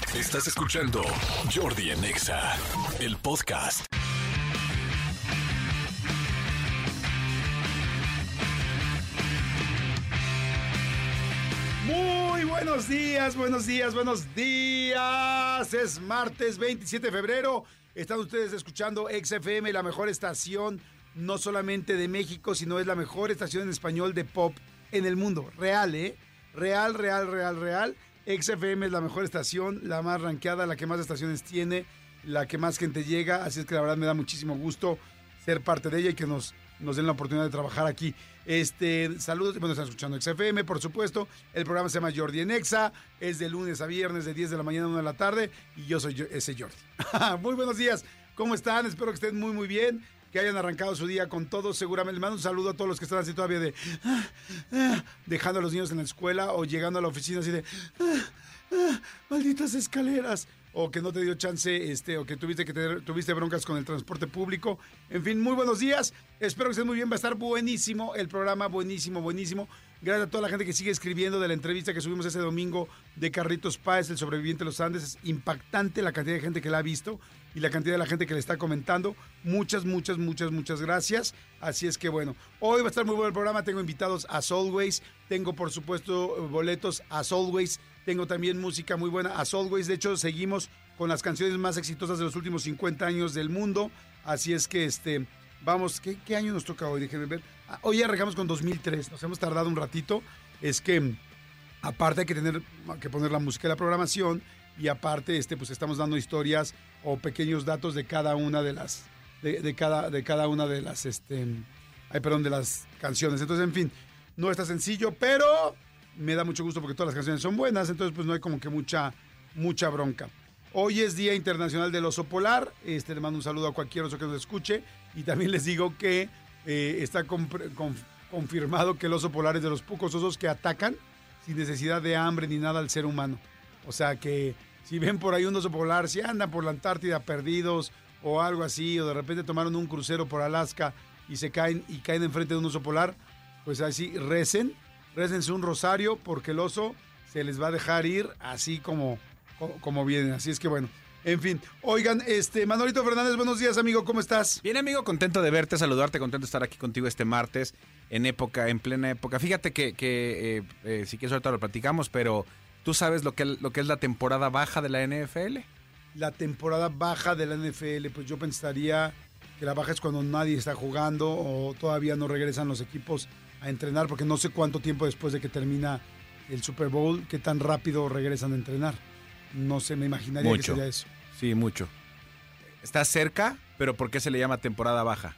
Estás escuchando Jordi en Exa, el podcast. Muy buenos días, buenos días, buenos días. Es martes 27 de febrero. Están ustedes escuchando XFM, la mejor estación, no solamente de México, sino es la mejor estación en español de pop en el mundo. Real, ¿eh? Real. XFM es la mejor estación, la más rankeada, la que más estaciones tiene, la que más gente llega. Así es que la verdad me da muchísimo gusto ser parte de ella y que nos den la oportunidad de trabajar aquí. Saludos, bueno, están escuchando XFM, por supuesto. El programa se llama Jordi en Exa, es de lunes a viernes, de 10 de la mañana a 1 de la tarde, y yo soy ese Jordi. Muy buenos días, ¿cómo están? Espero que estén muy, muy bien, que hayan arrancado su día con todo. Seguramente les mando un saludo a todos los que están así todavía dejando a los niños en la escuela o llegando a la oficina así de malditas escaleras, o que no te dio chance, o que tuviste broncas con el transporte público. En fin, muy buenos días. Espero que estén muy bien. Va a estar buenísimo el programa, buenísimo. Gracias a toda la gente que sigue escribiendo de la entrevista que subimos ese domingo de Carlitos Páez, el sobreviviente de los Andes. Es impactante la cantidad de gente que la ha visto y la cantidad de la gente que le está comentando. Muchas gracias. Así es que bueno, hoy va a estar muy bueno el programa. Tengo invitados a Soulways, tengo por supuesto boletos a Soulways, tengo también música muy buena a Soulways. De hecho, seguimos con las canciones más exitosas de los últimos 50 años del mundo. Así es que vamos, ¿qué año nos toca hoy? Déjenme ver. Hoy arrancamos con 2003, nos hemos tardado un ratito. Es que aparte hay que poner la música de la programación, y aparte pues estamos dando historias o pequeños datos de cada una de las de cada una de las de las canciones. Entonces, en fin, no está sencillo, pero me da mucho gusto porque todas las canciones son buenas, entonces pues no hay como que mucha bronca. Hoy es Día Internacional del Oso Polar. Le mando un saludo a cualquier oso que nos escuche, y también les digo que está confirmado que el oso polar es de los pocos osos que atacan sin necesidad de hambre ni nada al ser humano. O sea que si ven por ahí un oso polar, si andan por la Antártida perdidos o algo así, o de repente tomaron un crucero por Alaska y caen enfrente de un oso polar, pues así récense un rosario, porque el oso se les va a dejar ir así como vienen. Así es que bueno, en fin. Oigan, Manolito Fernández, buenos días, amigo, ¿cómo estás? Bien, amigo, contento de verte, saludarte, contento de estar aquí contigo este martes, en plena época. Fíjate que si quieres ahorita lo platicamos, pero ¿tú sabes lo que es la temporada baja de la NFL? La temporada baja de la NFL, pues yo pensaría que la baja es cuando nadie está jugando o todavía no regresan los equipos a entrenar, porque no sé cuánto tiempo después de que termina el Super Bowl, qué tan rápido regresan a entrenar. No sé, me imaginaría que sería eso. Sí, mucho. Está cerca, pero ¿por qué se le llama temporada baja?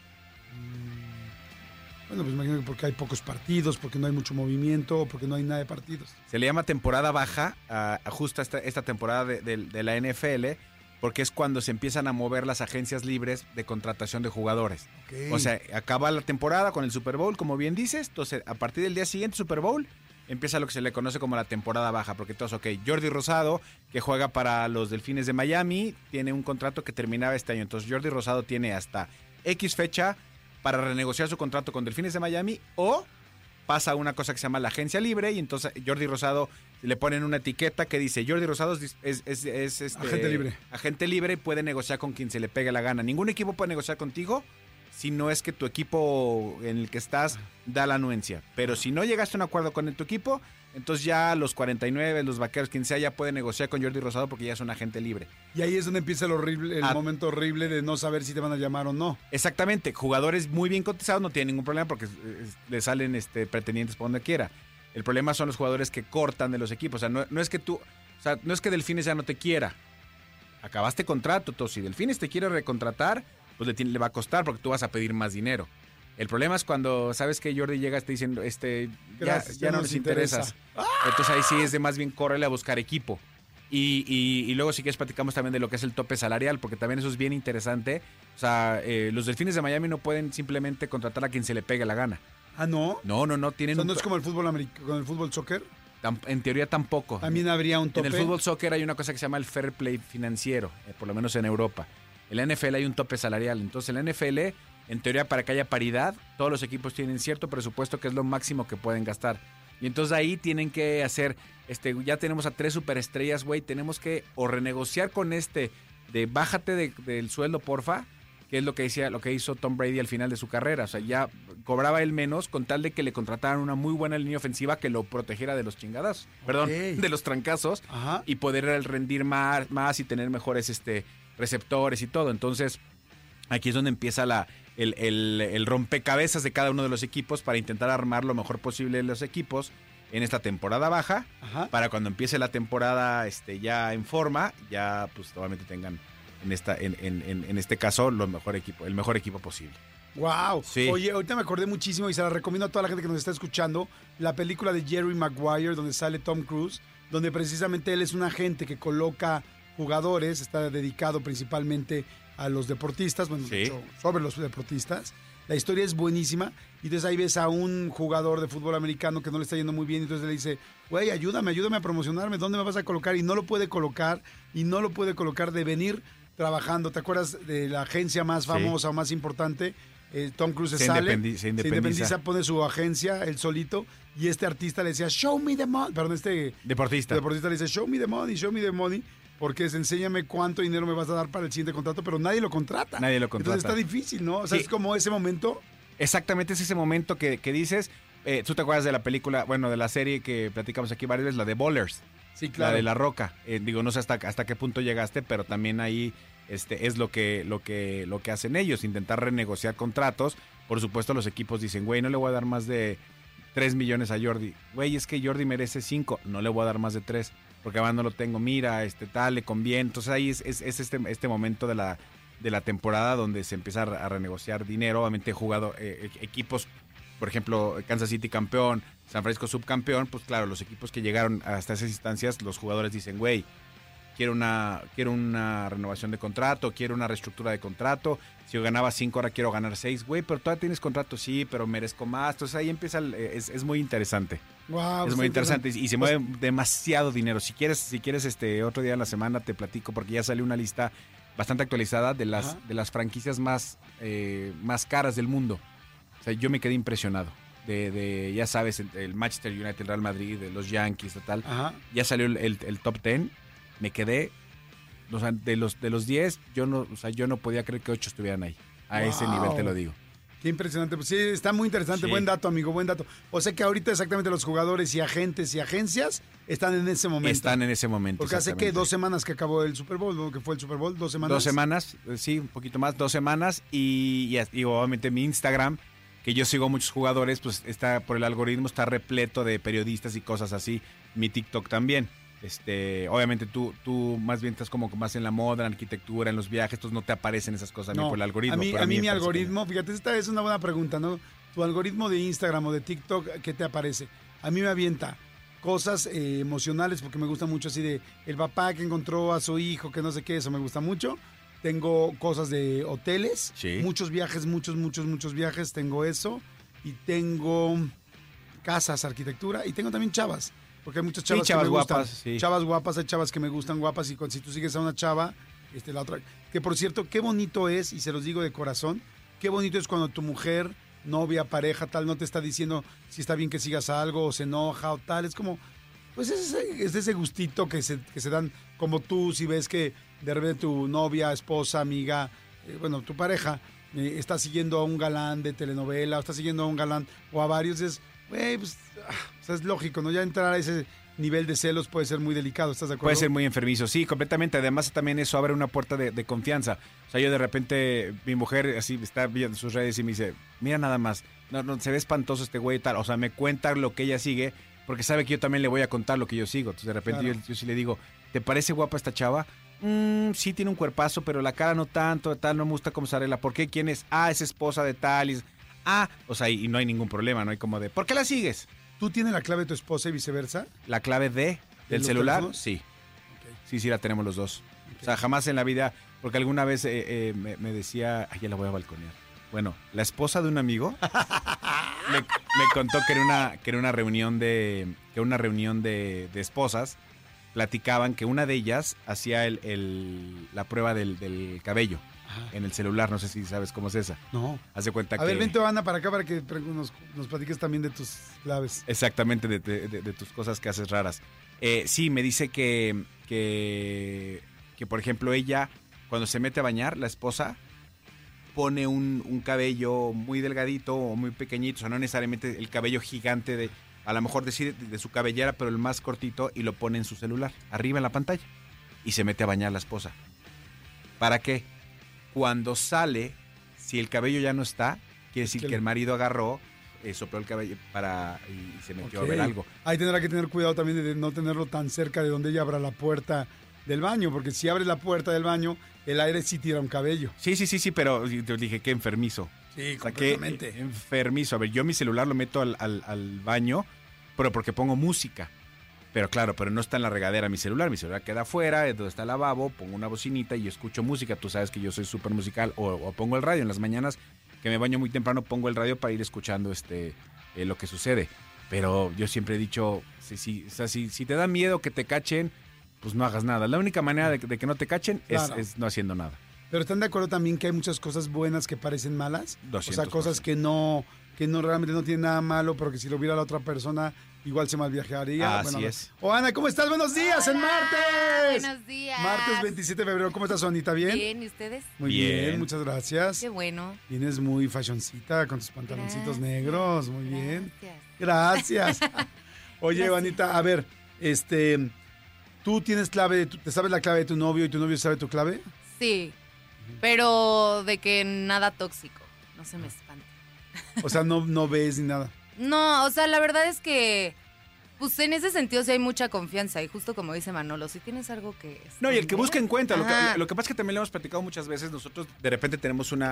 Bueno, pues imagino que porque hay pocos partidos, porque no hay mucho movimiento, o porque no hay nada de partidos. Se le llama temporada baja justo esta temporada de la NFL, porque es cuando se empiezan a mover las agencias libres de contratación de jugadores. Okay. O sea, acaba la temporada con el Super Bowl, como bien dices. Entonces, a partir del día siguiente, Super Bowl, empieza lo que se le conoce como la temporada baja, porque entonces, Jordi Rosado, que juega para los Delfines de Miami, tiene un contrato que terminaba este año. Entonces, Jordi Rosado tiene hasta X fecha para renegociar su contrato con Delfines de Miami, o pasa una cosa que se llama la agencia libre, y entonces Jordi Rosado le ponen una etiqueta que dice Jordi Rosado es agente libre y puede negociar con quien se le pegue la gana. Ningún equipo puede negociar contigo si no es que tu equipo en el que estás da la anuencia. Pero si no llegaste a un acuerdo con tu equipo, entonces ya los 49, los Vaqueros, quien sea, ya puede negociar con Jordi Rosado porque ya es un agente libre. Y ahí es donde empieza el momento horrible de no saber si te van a llamar o no. Exactamente. Jugadores muy bien cotizados no tienen ningún problema porque le salen pretendientes por donde quiera. El problema son los jugadores que cortan de los equipos. O sea, no es que no es que Delfines ya no te quiera. Acabaste contrato. Entonces, si Delfines te quiere recontratar, pues le va a costar porque tú vas a pedir más dinero. El problema es cuando sabes que Jordi llega y te dicen, ya no nos interesas. Entonces ahí sí es de más bien córrele a buscar equipo. Y luego si quieres platicamos también de lo que es el tope salarial, porque también eso es bien interesante. O sea, los Delfines de Miami no pueden simplemente contratar a quien se le pegue la gana. ¿Ah, no? No, tienen... O sea, ¿no es como el fútbol americano, con el fútbol soccer? En teoría tampoco. También habría un tope. En el fútbol soccer hay una cosa que se llama el fair play financiero, por lo menos en Europa. En la NFL hay un tope salarial. Entonces en la NFL, en teoría, para que haya paridad, todos los equipos tienen cierto presupuesto que es lo máximo que pueden gastar. Y entonces ahí tienen que hacer, ya tenemos a 3 superestrellas, güey, tenemos que o renegociar con de bájate del sueldo, porfa, que es lo que hizo Tom Brady al final de su carrera. O sea, ya cobraba él menos con tal de que le contrataran una muy buena línea ofensiva que lo protegiera de los chingadas, perdón, de los trancazos. Ajá. Y poder rendir más y tener mejores receptores y todo. Entonces, aquí es donde empieza el rompecabezas de cada uno de los equipos para intentar armar lo mejor posible de los equipos en esta temporada baja. Ajá. Para cuando empiece la temporada ya en forma, ya pues obviamente tengan en este caso el mejor equipo posible. Wow. Sí. Oye, ahorita me acordé muchísimo y se la recomiendo a toda la gente que nos está escuchando, la película de Jerry Maguire donde sale Tom Cruise, donde precisamente él es un agente que coloca jugadores, está dedicado principalmente a los deportistas, bueno, Sí. sobre los deportistas. La historia es buenísima y entonces ahí ves a un jugador de fútbol americano que no le está yendo muy bien y entonces le dice, güey, ayúdame a promocionarme, ¿dónde me vas a colocar? Y no lo puede colocar de venir trabajando. ¿Te acuerdas de la agencia más famosa o más importante? Tom Cruise se independiza, pone su agencia, él solito, y este artista le decía, show me the money, perdón, Deportista le dice, show me the money, porque enséñame cuánto dinero me vas a dar para el siguiente contrato, pero nadie lo contrata. Entonces está difícil, ¿no? O sea, es como ese momento. Exactamente, es ese momento que dices, tú te acuerdas de la película, bueno, de la serie que platicamos aquí varias veces, la de Ballers. Sí, claro. La de La Roca. No sé hasta qué punto llegaste, pero también ahí es lo que hacen ellos, intentar renegociar contratos. Por supuesto, los equipos dicen, güey, no le voy a dar más de 3 millones a Jordi. Güey, es que Jordi merece 5, no le voy a dar más de 3, porque además no lo tengo. Mira, tal, le conviene. Entonces ahí es este momento de la temporada donde se empieza a renegociar dinero. Obviamente equipos, por ejemplo, Kansas City campeón, San Francisco subcampeón, pues claro, los equipos que llegaron hasta esas instancias, los jugadores dicen, güey, quiero una renovación de contrato, quiero una reestructura de contrato. Si yo ganaba 5, ahora quiero ganar 6, güey, pero todavía tienes contrato, sí, pero merezco más. Entonces ahí empieza, es muy interesante. Wow, es muy interesante y se mueve demasiado dinero. Si quieres otro día de la semana te platico, porque ya salió una lista bastante actualizada de las franquicias más caras del mundo. O sea, yo me quedé impresionado. Ya sabes, el Manchester United, el Real Madrid, los Yankees, tal. Ajá. Ya salió el top 10. Me quedé, o sea, de los 10, yo no podía creer que 8 estuvieran ahí. A ese nivel te lo digo. Qué impresionante. Pues sí, está muy interesante. Sí. Buen dato, amigo, buen dato. O sea que ahorita exactamente los jugadores y agentes y agencias están en ese momento. Están en ese momento. Porque hace que 2 semanas que acabó el Super Bowl, ¿no? Que fue el Super Bowl, 2 semanas. 2 semanas, sí, un poquito más, 2 semanas. Y obviamente mi Instagram, que yo sigo muchos jugadores, pues está por el algoritmo, está repleto de periodistas y cosas así. Mi TikTok también. Obviamente tú más bien estás como más en la moda, en la arquitectura, en los viajes, entonces no te aparecen esas cosas a mí por el algoritmo. A mí mi algoritmo, fíjate, esta es una buena pregunta, ¿no? Tu algoritmo de Instagram o de TikTok, ¿qué te aparece? A mí me avienta cosas emocionales porque me gusta mucho así de el papá que encontró a su hijo, que no sé qué, eso me gusta mucho. Tengo cosas de hoteles, sí. Muchos viajes, muchos viajes, tengo eso. Y tengo casas, arquitectura, y tengo también chavas. Porque hay muchas chavas, que me guapas, gustan. sí. Chavas guapas, hay chavas que me gustan guapas. Y si tú sigues a una chava, la otra. Que por cierto, qué bonito es, y se los digo de corazón, qué bonito es cuando tu mujer, novia, pareja, tal, no te está diciendo si está bien que sigas algo o se enoja o tal. Es como, pues es ese gustito que se dan, como tú, si ves que de repente tu novia, esposa, amiga, tu pareja, está siguiendo a un galán de telenovela, o está siguiendo a un galán o a varios, es, güey, pues. O sea, es lógico, ¿no? Ya entrar a ese nivel de celos puede ser muy delicado, ¿estás de acuerdo? Puede ser muy enfermizo, sí, completamente. Además, también eso abre una puerta de confianza. O sea, yo de repente, mi mujer así está viendo sus redes y me dice, mira nada más, no se ve espantoso este güey y tal. O sea, me cuenta lo que ella sigue, porque sabe que yo también le voy a contar lo que yo sigo. Entonces, de repente claro. yo sí le digo, ¿te parece guapa esta chava? Sí, tiene un cuerpazo, pero la cara no tanto, tal, no me gusta cómo se arregla. ¿Por qué? ¿Quién es? Es esposa de tal. O sea, y no hay ningún problema, no hay como de, ¿por qué la sigues? ¿Tú tienes la clave de tu esposa y viceversa? ¿La clave del celular? Teléfonos? Sí. Okay. Sí, la tenemos los dos. Okay. O sea, jamás en la vida, porque alguna vez me decía, ya la voy a balconear. Bueno, la esposa de un amigo me contó que era una reunión de esposas platicaban que una de ellas hacía la prueba del cabello en el celular. No sé si sabes cómo es esa. No. Haz de cuenta A ver, vente, Ana, para acá para que nos platiques también de tus claves. Exactamente, de tus cosas que haces raras. Sí, me dice que, por ejemplo, ella, cuando se mete a bañar, la esposa pone un cabello muy delgadito o muy pequeñito, o sea, no necesariamente el cabello gigante a lo mejor decide de su cabellera, pero el más cortito, y lo pone en su celular, arriba en la pantalla, y se mete a bañar la esposa. ¿Para qué? Cuando sale, si el cabello ya no está, quiere decir que el marido agarró, sopló el cabello y se metió a ver algo. Ahí tendrá que tener cuidado también de no tenerlo tan cerca de donde ella abra la puerta del baño, porque si abres la puerta del baño, el aire sí tira un cabello. Sí, pero te dije, qué enfermizo. Sí, completamente. Qué enfermizo. A ver, yo mi celular lo meto al baño, pero porque pongo música. Pero claro, pero no está en la regadera mi celular queda afuera, es donde está el lavabo, pongo una bocinita y escucho música. Tú sabes que yo soy súper musical, o pongo el radio en las mañanas, que me baño muy temprano, pongo el radio para ir escuchando lo que sucede. Pero yo siempre he dicho, si te da miedo que te cachen, pues no hagas nada. La única manera de que no te cachen es no haciendo nada. Pero ¿están de acuerdo también que hay muchas cosas buenas que parecen malas? 200%. O sea, cosas que no realmente no tienen nada malo, pero que si lo viera la otra persona, igual se malviajaría. Así es. Ana, ¿cómo estás? Buenos días. Hola, en martes. Buenos días. Martes 27 de febrero. ¿Cómo estás, Anita? ¿Bien? Bien, ¿y ustedes? Muy bien, muchas gracias. Qué bueno. Vienes muy fashioncita con tus pantaloncitos negros. Muy bien. Gracias. Oye, Gracias. Anita, a ver, ¿tú tienes clave, te sabes la clave de tu novio y tu novio sabe tu clave? Sí, pero de que nada tóxico. No se me espante. O sea, no ves ni nada. No, o sea, la verdad es que, pues en ese sentido sí hay mucha confianza. Y justo como dice Manolo, si tienes algo que... No, y el que busca encuentra. Ajá. Lo que pasa es que también lo hemos platicado muchas veces. Nosotros de repente tenemos un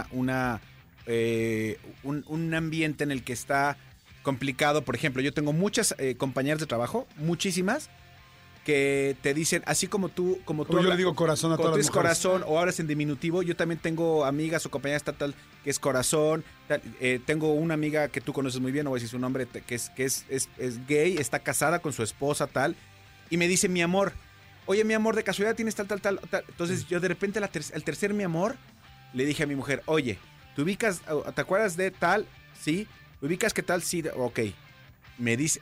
ambiente en el que está complicado. Por ejemplo, yo tengo muchas compañeras de trabajo, muchísimas, que te dicen, así como tú Yo le digo corazón a todas las mujeres. Corazón, o hablas en diminutivo, yo también tengo amigas o compañeras tal que es corazón. Tengo una amiga que tú conoces muy bien, no voy a decir su nombre, que es gay, está casada con su esposa, tal, y me dice, mi amor, oye, mi amor, de casualidad tienes tal. Entonces yo de repente al tercer mi amor, le dije a mi mujer, oye, ¿te ubicas, te acuerdas de tal? Sí. ¿Ubicas qué tal? Sí, ok. Me dice,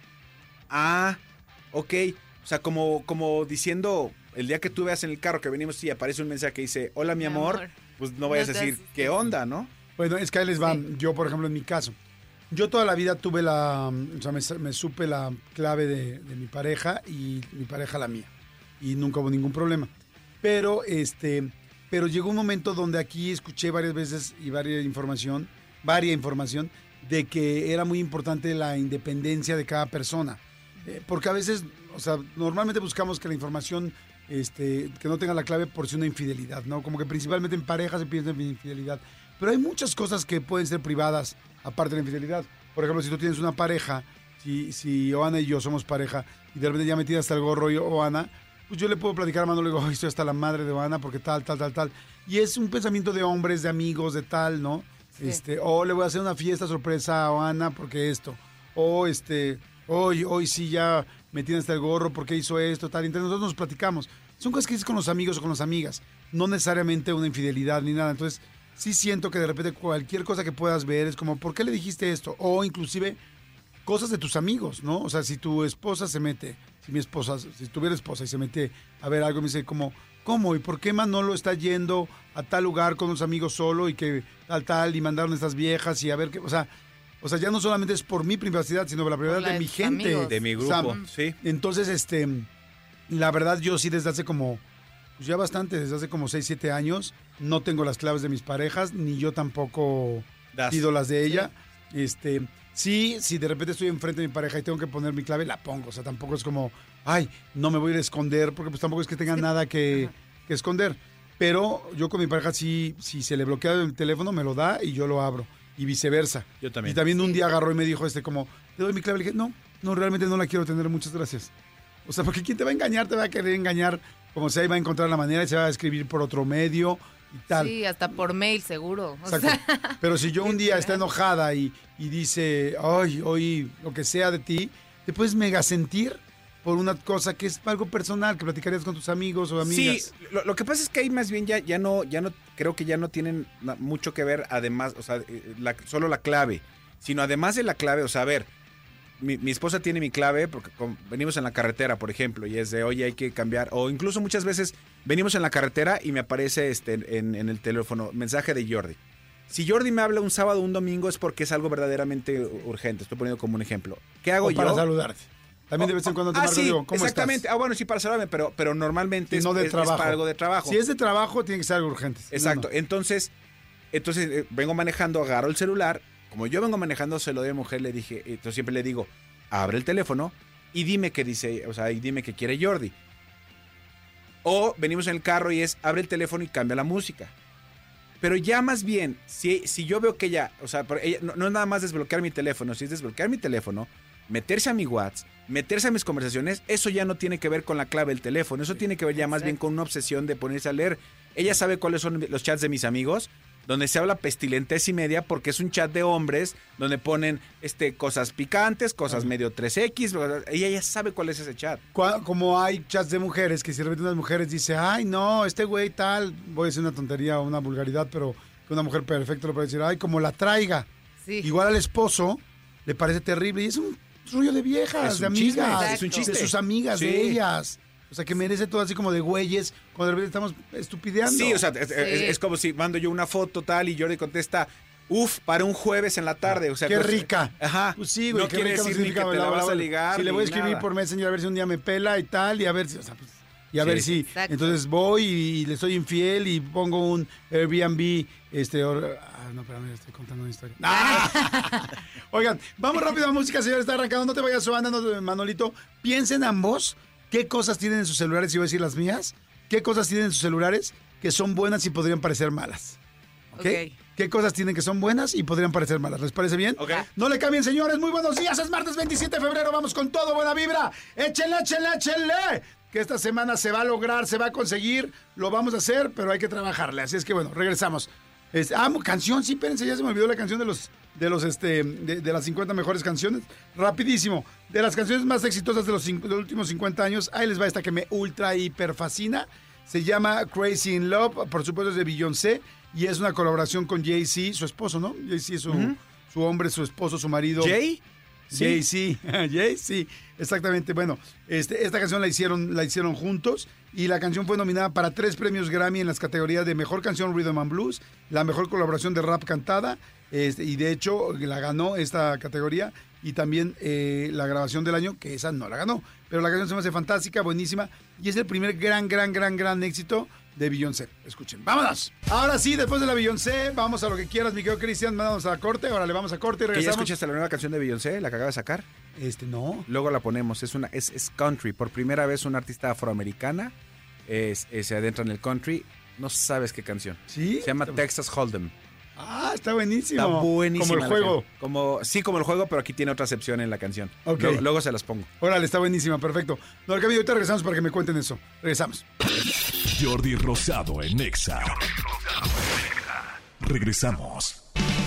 ok. O sea, como diciendo, el día que tú veas en el carro que venimos, sí, aparece un mensaje que dice, hola, mi amor, pues no vayas a decir, ¿qué onda, no? Bueno, es que ahí les va. Sí. Yo, por ejemplo, en mi caso, yo toda la vida tuve me supe la clave de mi pareja y mi pareja la mía. Y nunca hubo ningún problema. Pero llegó un momento donde aquí escuché varias veces y varia información de que era muy importante la independencia de cada persona. Porque a veces, o sea, normalmente buscamos que la información que no tenga la clave por si una infidelidad, ¿no? Como que principalmente en pareja se piensa en infidelidad. Pero hay muchas cosas que pueden ser privadas aparte de la infidelidad. Por ejemplo, si tú tienes una pareja, si Oana y yo somos pareja y de repente ya metida hasta el gorro Oana, pues yo le puedo platicar a Manolo, le digo, estoy hasta la madre de Oana porque tal. Y es un pensamiento de hombres, de amigos, de tal, ¿no? Sí. O le voy a hacer una fiesta sorpresa a Oana porque esto. O hoy sí ya me tiene hasta el gorro porque hizo esto, tal. Entonces nosotros nos platicamos. Son cosas que dices con los amigos o con las amigas. No necesariamente una infidelidad ni nada. Entonces sí siento que de repente cualquier cosa que puedas ver es como, ¿por qué le dijiste esto? O inclusive cosas de tus amigos, ¿no? O sea, si tu esposa se mete, si tuviera esposa y se mete a ver algo, me dice como, ¿cómo? ¿Y por qué Manolo está yendo a tal lugar con los amigos solo y que tal, y mandaron estas viejas y a ver qué, o sea, ya no solamente es por mi privacidad, sino por la privacidad de mi gente. Amigos. De mi grupo, sí. Entonces, la verdad yo sí desde hace como, pues ya bastante, desde hace como 6, 7 años, no tengo las claves de mis parejas, ni yo tampoco pido las de ella. Sí, si de repente estoy enfrente de mi pareja y tengo que poner mi clave, la pongo. O sea, tampoco es como, ay, no me voy a ir a esconder, porque pues tampoco es que tenga nada que esconder. Pero yo con mi pareja sí, si se le bloquea el teléfono, me lo da y yo lo abro. Y viceversa. Yo también. Y también un día agarró y me dijo como, te doy mi clave. Le dije, no, realmente no la quiero tener, muchas gracias. O sea, porque ¿quién te va a engañar? Te va a querer engañar como sea y va a encontrar la manera y se va a escribir por otro medio y tal. Sí, hasta por mail seguro. Exacto. Pero si yo un día está enojada y dice, ay, hoy lo que sea de ti, te puedes mega sentir por una cosa que es algo personal, que platicarías con tus amigos o amigas. Sí, lo que pasa es que ahí más bien ya no, creo que ya no tienen mucho que ver, además, o sea, solo la clave, sino además de la clave, o sea, a ver, mi esposa tiene mi clave porque venimos en la carretera, por ejemplo, y es de, oye, hay que cambiar, o incluso muchas veces venimos en la carretera y me aparece en el teléfono, mensaje de Jordi. Si Jordi me habla un sábado o un domingo es porque es algo verdaderamente urgente, estoy poniendo como un ejemplo. ¿Qué hago o para yo? saludarte. También de vez en cuando te marco, sí, digo, ¿cómo exactamente. estás? Bueno, sí, para saludarme, pero normalmente no de es trabajo. para algo de trabajo. Si es de trabajo, tiene que ser algo urgente. Exacto. No. Entonces vengo manejando, agarro el celular. Como yo vengo manejando, se lo doy a mi mujer, le dije, entonces siempre le digo, abre el teléfono y dime qué dice, o sea, y dime qué quiere Jordi. O venimos en el carro y es, abre el teléfono y cambia la música. Pero ya más bien, si yo veo que ella, o sea, ella, no es nada más desbloquear mi teléfono, si es desbloquear mi teléfono, meterse a mi WhatsApp, meterse a mis conversaciones, eso ya no tiene que ver con la clave del teléfono, eso tiene que ver ya más bien con una obsesión de ponerse a leer. Ella sabe cuáles son los chats de mis amigos, donde se habla pestilentez y media, porque es un chat de hombres, donde ponen cosas picantes, cosas medio 3X, ella ya sabe cuál es ese chat. Como hay chats de mujeres, que si de repente unas mujeres dice, ay, no, este güey tal, voy a decir una tontería o una vulgaridad, pero que una mujer perfecta lo puede decir, ay, como la traiga. Sí. Igual al esposo le parece terrible y es un rollo de viejas, de amigas, es un chiste. de sus amigas, Sí. de ellas. O sea, que merece todo así como de güeyes, cuando de repente estamos estupideando. Sí, o sea, es como si mando yo una foto tal y Jordi contesta, para un jueves en la tarde. O sea, qué pues, rica. Ajá. Pues sí, güey, no quiere decir ni que te la vas a ligar. Si le voy a ni escribir nada. por Messenger a ver si un día me pela y tal, y a ver si, o sea, pues, y a ver si. Exacto. Entonces voy y le soy infiel y pongo un Airbnb, no, espérame, estoy contando una historia. Oigan, vamos rápido a música, señor, está arrancando, no te vayas, Manolito. Piensen ambos qué cosas tienen en sus celulares, y voy a decir las mías, qué cosas tienen en sus celulares que son buenas y podrían parecer malas. ¿Ok? ¿Qué cosas tienen que son buenas y podrían parecer malas? ¿Les parece bien? Ok. No le cambien, señores. Muy buenos días. Es martes 27 de febrero. Vamos con todo. Buena vibra. Échenle, échenle, échenle. Que esta semana se va a lograr, se va a conseguir. Lo vamos a hacer, pero hay que trabajarle. Así es que, bueno, regresamos. Canción. Sí, espérense. Ya se me olvidó la canción de las 50 mejores canciones. Rapidísimo. De las canciones más exitosas de los últimos 50 años. Ahí les va esta que me ultra hiper fascina. Se llama Crazy in Love. Por supuesto es de Beyoncé. Y es una colaboración con Jay-Z, su esposo, ¿no? Jay-Z es su hombre, su esposo, su marido. ¿Jay? Jay-Z. Jay-Z, exactamente. Bueno, esta canción la hicieron juntos y la canción fue nominada para 3 premios Grammy en las categorías de Mejor Canción Rhythm and Blues, la Mejor Colaboración de Rap Cantada, y de hecho la ganó esta categoría, y también la grabación del año, que esa no la ganó. Pero la canción se me hace fantástica, buenísima, y es el primer gran éxito de Beyoncé. Escuchen, ¡vámonos! Ahora sí, después de la Beyoncé, vamos a lo que quieras, mi querido Cristian, vámonos a corte. Ahora le vamos a corte y ¿Que ya regresamos. escuchaste la nueva canción de Beyoncé, la que acaba de sacar? No. Luego la ponemos, es country. Por primera vez una artista afroamericana se adentra en el country. No sabes qué canción. ¿Sí? Se llama Texas Hold'em. Ah, está buenísimo. Está buenísimo. Como el juego. Como el juego, pero aquí tiene otra acepción en la canción. Ok. Luego se las pongo. Órale, está buenísima, perfecto. No, al cambio, ahorita regresamos para que me cuenten eso. Regresamos. Jordi Rosado en Exa. Regresamos.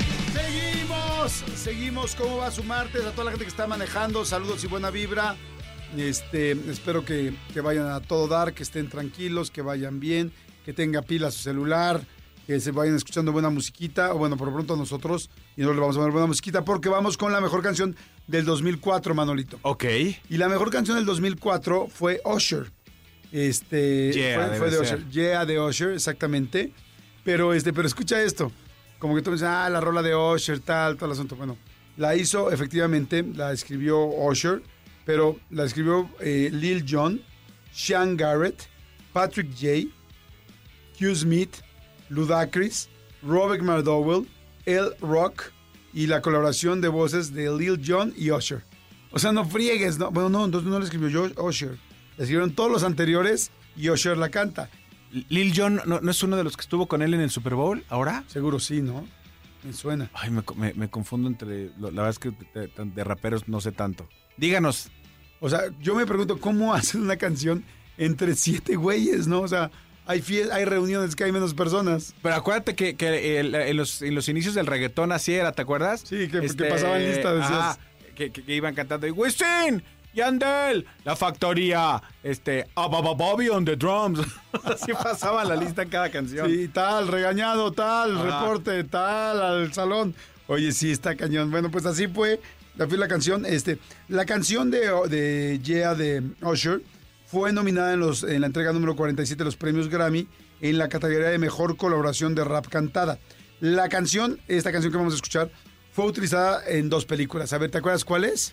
Seguimos. ¿Cómo va su martes? A toda la gente que está manejando, saludos y buena vibra. Espero que vayan a todo dar, que estén tranquilos, que vayan bien, que tenga pila su celular, que se vayan escuchando buena musiquita, o bueno, por lo pronto nosotros, y nosotros le vamos a poner buena musiquita, porque vamos con la mejor canción del 2004, Manolito. Ok. Y la mejor canción del 2004 fue Usher. Yeah, fue de debe Usher. ser. Yeah, de Usher, exactamente. Pero escucha esto. Como que tú me dices, la rola de Usher, todo el asunto. Bueno, la hizo, efectivamente, la escribió Usher, pero la escribió Lil Jon, Sean Garrett, Patrick J, Hugh Smith, Ludacris, Robert McDowell, El Rock y la colaboración de voces de Lil Jon y Usher. O sea, no friegues, ¿no? Bueno, no, entonces no la escribió yo, Usher. La escribieron todos los anteriores y Usher la canta. Lil Jon ¿no es uno de los que estuvo con él en el Super Bowl ahora? Seguro sí, ¿no? Me suena. Ay, me confundo entre... La verdad es que de raperos no sé tanto. Díganos. O sea, yo me pregunto cómo hacen una canción entre 7 güeyes, ¿no? O sea, hay reuniones que hay menos personas. Pero acuérdate que en los inicios del reggaetón así era, ¿te acuerdas? Sí, que pasaban lista, decías. Que iban cantando y Wisin, Yandel, la factoría, Bobby on the drums. Así pasaba la lista en cada canción. Sí, tal, regañado, tal, reporte, tal, al salón. Oye, sí, está cañón. Bueno, pues así fue la canción. La canción de Yeah de Usher fue nominada en la entrega número 47 de los premios Grammy en la categoría de Mejor Colaboración de Rap Cantada. Esta canción que vamos a escuchar, fue utilizada en 2 películas. A ver, ¿te acuerdas cuál es?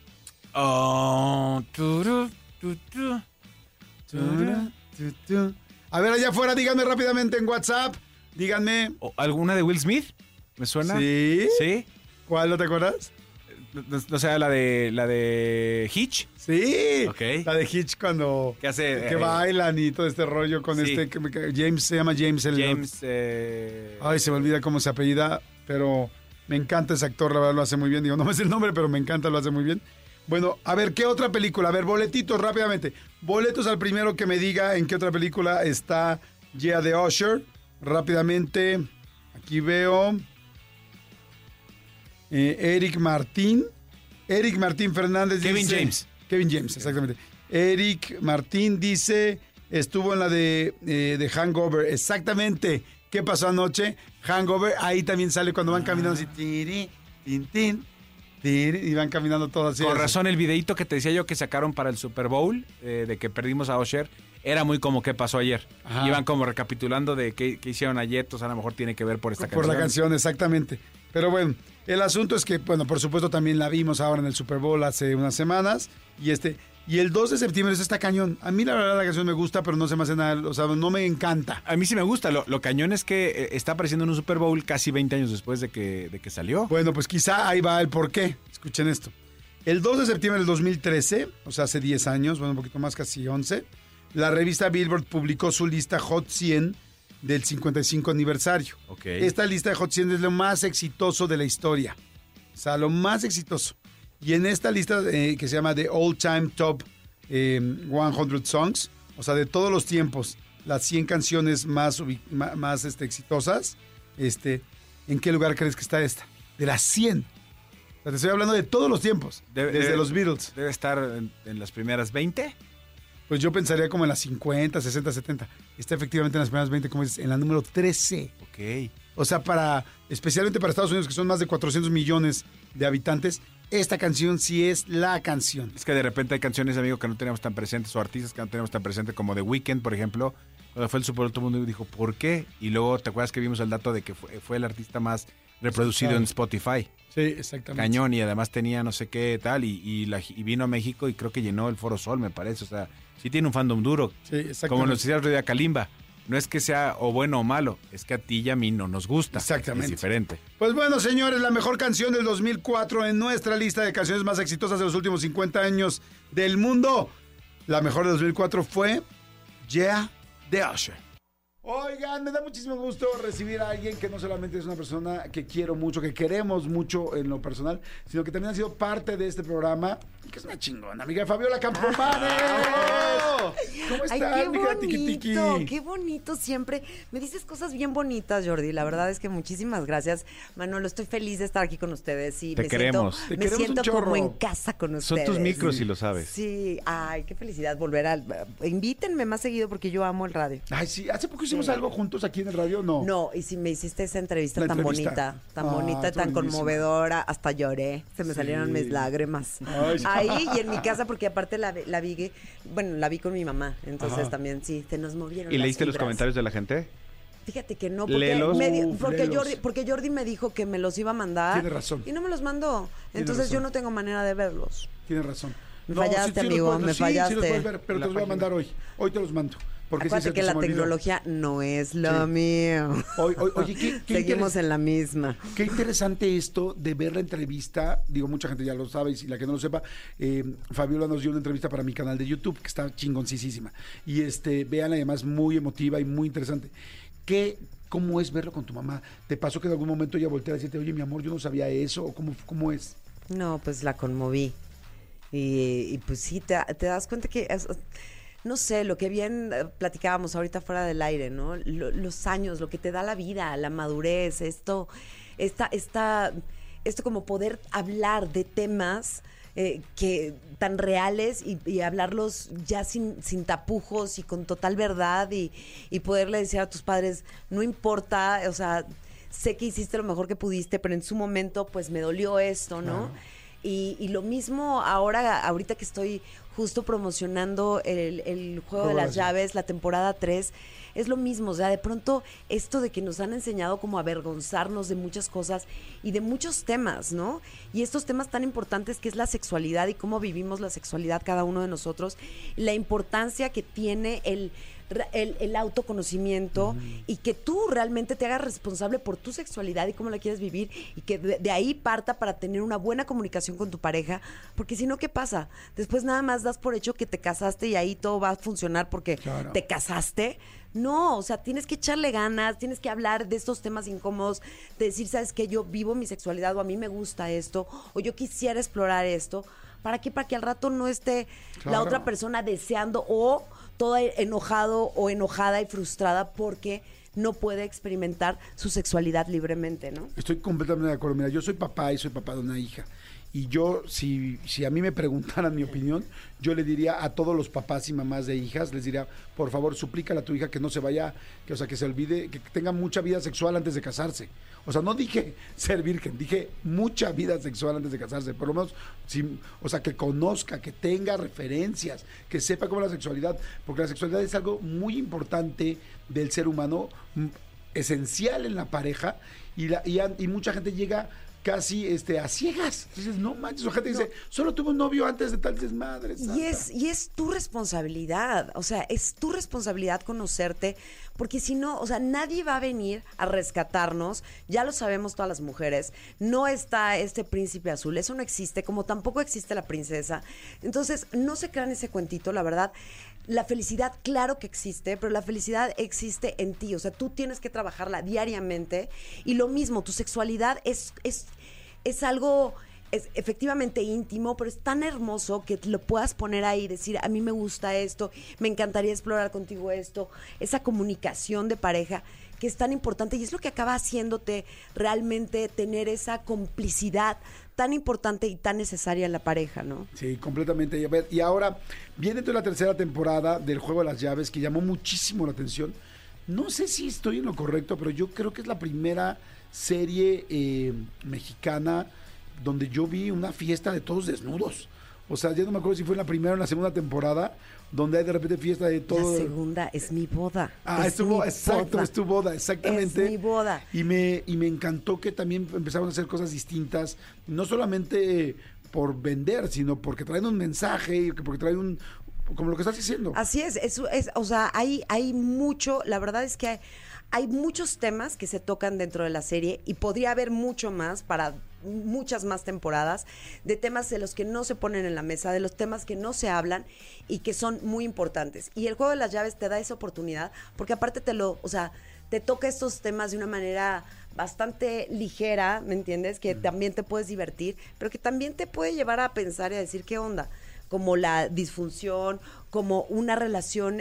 A ver, allá afuera, díganme rápidamente en WhatsApp. Díganme. ¿Alguna de Will Smith? ¿Me suena? Sí. ¿Sí? ¿Cuál, no te acuerdas? O sea, la de Hitch. Sí. Ok. La de Hitch cuando ¿Qué hace? que bailan y todo este rollo con sí. James, se llama James. Ay, se me olvida cómo se apellida, pero me encanta ese actor, la verdad lo hace muy bien. Digo, no me sé el nombre, pero me encanta, lo hace muy bien. Bueno, a ver, ¿qué otra película? A ver, boletitos rápidamente. Boletos al primero que me diga en qué otra película está Yeah de Usher. Rápidamente, aquí veo... Eric Martín Fernández Kevin dice... James. Kevin James, exactamente. Eric Martín dice, estuvo en la de Hangover. Exactamente. ¿Qué pasó anoche? Hangover, ahí también sale cuando van caminando así. Tiri, tin, tin, tiri, y van caminando todos así. Con razón, el videíto que te decía yo que sacaron para el Super Bowl, de que perdimos a Usher, era muy como qué pasó ayer. Ajá. Iban como recapitulando de qué hicieron ayer, entonces a lo mejor tiene que ver por esta canción. Por la canción, exactamente. Pero bueno, el asunto es que, bueno, por supuesto también la vimos ahora en el Super Bowl hace unas semanas. Y el 2 de septiembre está cañón. A mí la verdad la canción me gusta, pero no se me hace nada, o sea, no me encanta. A mí sí me gusta. Lo cañón es que está apareciendo en un Super Bowl casi 20 años después de que salió. Bueno, pues quizá ahí va el porqué. Escuchen esto. El 2 de septiembre del 2013, o sea, hace 10 años, bueno, un poquito más, casi 11, la revista Billboard publicó su lista Hot 100 del 55 aniversario. Okay. Esta lista de Hot 100 es lo más exitoso de la historia. O sea, lo más exitoso. Y en esta lista que se llama The All Time Top 100 Songs, o sea, de todos los tiempos, las 100 canciones más exitosas, ¿en qué lugar crees que está esta? De las 100. O sea, te estoy hablando de todos los tiempos, desde los Beatles. ¿Debe estar en las primeras 20? Pues yo pensaría como en las 50, 60, 70. Está efectivamente en las primeras 20, como dices, en la número 13. Ok. O sea, especialmente para Estados Unidos, que son más de 400 millones de habitantes, esta canción sí es la canción. Es que de repente hay canciones, amigo, que no teníamos tan presentes, o artistas que no teníamos tan presentes, como The Weeknd, por ejemplo. Cuando fue el Super Bowl, todo el mundo dijo, ¿por qué? Y luego, ¿te acuerdas que vimos el dato de que fue el artista más reproducido en Spotify? Sí, exactamente. Cañón, y además tenía no sé qué tal, y vino a México y creo que llenó el Foro Sol, me parece. O sea, sí tiene un fandom duro. Sí, exactamente. Como nos decía el otro día Kalimba. No es que sea o bueno o malo, es que a ti y a mí no nos gusta. Exactamente. Es diferente. Pues bueno, señores, la mejor canción del 2004 en nuestra lista de canciones más exitosas de los últimos 50 años del mundo. La mejor de 2004 fue Yeah de Usher. Oigan, me da muchísimo gusto recibir a alguien que no solamente es una persona que quiero mucho, que queremos mucho en lo personal, sino que también ha sido parte de este programa, que es una chingona, amiga Fabiola Campomanes. ¿Cómo estás, Ay, mija qué Tiquitiqui? bonito, qué bonito siempre. Me dices cosas bien bonitas, Jordi. La verdad es que muchísimas gracias, Manolo. Estoy feliz de estar aquí con ustedes. Y Te queremos. Te Me queremos siento un chorro. como en casa con ustedes. Son tus micros, si lo sabes. Sí, ay, qué felicidad volver a... Invítenme más seguido porque yo amo el radio. Ay, sí, hace poco hicimos algo juntos aquí en el radio, ¿no? No, y si me hiciste esa entrevista La tan entrevista. bonita, tan Ah, bonita, estuvo tan buenísima. conmovedora, hasta lloré, se me Sí. salieron mis lágrimas. Ay, sí. Ahí y en mi casa, porque aparte la vi con mi mamá, entonces Ajá. también sí, se nos movieron ¿Y las leíste los fibras. comentarios de la gente? Fíjate que no, porque, Léelos. Léelos. porque Jordi me dijo que me los iba a mandar. Tiene razón. Y no me los mandó. Entonces razón. yo no tengo manera de verlos. Tienes razón. Me fallaste, los amigo, puedes ver, me sí, Sí, fallaste. los puedes ver, pero En te la los voy a página. mandar hoy. Hoy te los mando. Porque sí, Acuérdate que se la me olvidó. tecnología no es lo mío. Oye, qué Seguimos en la misma. Qué interesante esto de ver la entrevista. Digo, mucha gente ya lo sabe, y si la que no lo sepa, Fabiola nos dio una entrevista para mi canal de YouTube, que está chingoncísima. Y vean, además, muy emotiva y muy interesante. ¿Cómo es verlo con tu mamá? ¿Te pasó que en algún momento ella voltea a decirte, oye, mi amor, yo no sabía eso? ¿O cómo es? No, pues la conmoví. Y pues sí, te das cuenta que... no sé, lo que bien platicábamos ahorita fuera del aire, ¿no? Los años, lo que te da la vida, la madurez, esto como poder hablar de temas que tan reales y hablarlos ya sin tapujos y con total verdad y poderle decir a tus padres, no importa, o sea, sé que hiciste lo mejor que pudiste, pero en su momento pues me dolió esto, ¿no? Claro. Y lo mismo ahorita que estoy justo promocionando el Juego de las Llaves, la temporada 3, es lo mismo, o sea, de pronto esto de que nos han enseñado como a avergonzarnos de muchas cosas y de muchos temas, ¿no? Y estos temas tan importantes que es la sexualidad y cómo vivimos la sexualidad cada uno de nosotros, la importancia que tiene el autoconocimiento y que tú realmente te hagas responsable por tu sexualidad y cómo la quieres vivir y que de ahí parta para tener una buena comunicación con tu pareja, porque si no, ¿qué pasa? Después nada más das por hecho que te casaste y ahí todo va a funcionar porque te casaste. No, o sea, tienes que echarle ganas, tienes que hablar de estos temas incómodos, de decir, ¿sabes qué? Yo vivo mi sexualidad o a mí me gusta esto o yo quisiera explorar esto. ¿Para qué? Para que al rato no esté la otra persona deseando o todo enojado o enojada y frustrada porque no puede experimentar su sexualidad libremente, ¿no? Estoy completamente de acuerdo. Mira, yo soy papá y soy papá de una hija. Y yo, si a mí me preguntaran mi opinión, yo le diría a todos los papás y mamás de hijas, les diría, por favor, suplícale a tu hija que no se vaya, que se olvide, que tenga mucha vida sexual antes de casarse. O sea, no dije ser virgen, dije mucha vida sexual antes de casarse. Por lo menos, que conozca, que tenga referencias, que sepa cómo es la sexualidad. Porque la sexualidad es algo muy importante del ser humano, esencial en la pareja, y mucha gente llega casi a ciegas. Dices, no manches, o gente dice, solo tuve un novio antes de tal desmadre. Y es tu responsabilidad, o sea, es tu responsabilidad conocerte, porque si no, o sea, nadie va a venir a rescatarnos, ya lo sabemos todas las mujeres, no está este príncipe azul, eso no existe, como tampoco existe la princesa. Entonces, no se crean ese cuentito, la verdad. La felicidad, claro que existe, pero la felicidad existe en ti. O sea, tú tienes que trabajarla diariamente. Y lo mismo, tu sexualidad es algo efectivamente íntimo, pero es tan hermoso que lo puedas poner ahí y decir, a mí me gusta esto, me encantaría explorar contigo esto. Esa comunicación de pareja que es tan importante y es lo que acaba haciéndote realmente tener esa complicidad tan importante y tan necesaria en la pareja, ¿no? Sí, completamente. A ver, y ahora viene toda la tercera temporada del Juego de las Llaves que llamó muchísimo la atención. No sé si estoy en lo correcto, pero yo creo que es la primera serie mexicana donde yo vi una fiesta de todos desnudos. O sea, ya no me acuerdo si fue en la primera o en la segunda temporada, donde hay de repente fiesta de todo. La segunda es mi boda. Es tu boda, exactamente. Es mi boda. Y me encantó que también empezaron a hacer cosas distintas, no solamente por vender, sino porque traen un mensaje, porque traen como lo que estás diciendo. Así es, o sea, hay mucho, la verdad es que hay muchos temas que se tocan dentro de la serie y podría haber mucho más para muchas más temporadas de temas de los que no se ponen en la mesa, de los temas que no se hablan y que son muy importantes. Y el Juego de las Llaves te da esa oportunidad porque aparte te toca estos temas de una manera bastante ligera, ¿me entiendes? Que también te puedes divertir, pero que también te puede llevar a pensar y a decir qué onda, como la disfunción, como una relación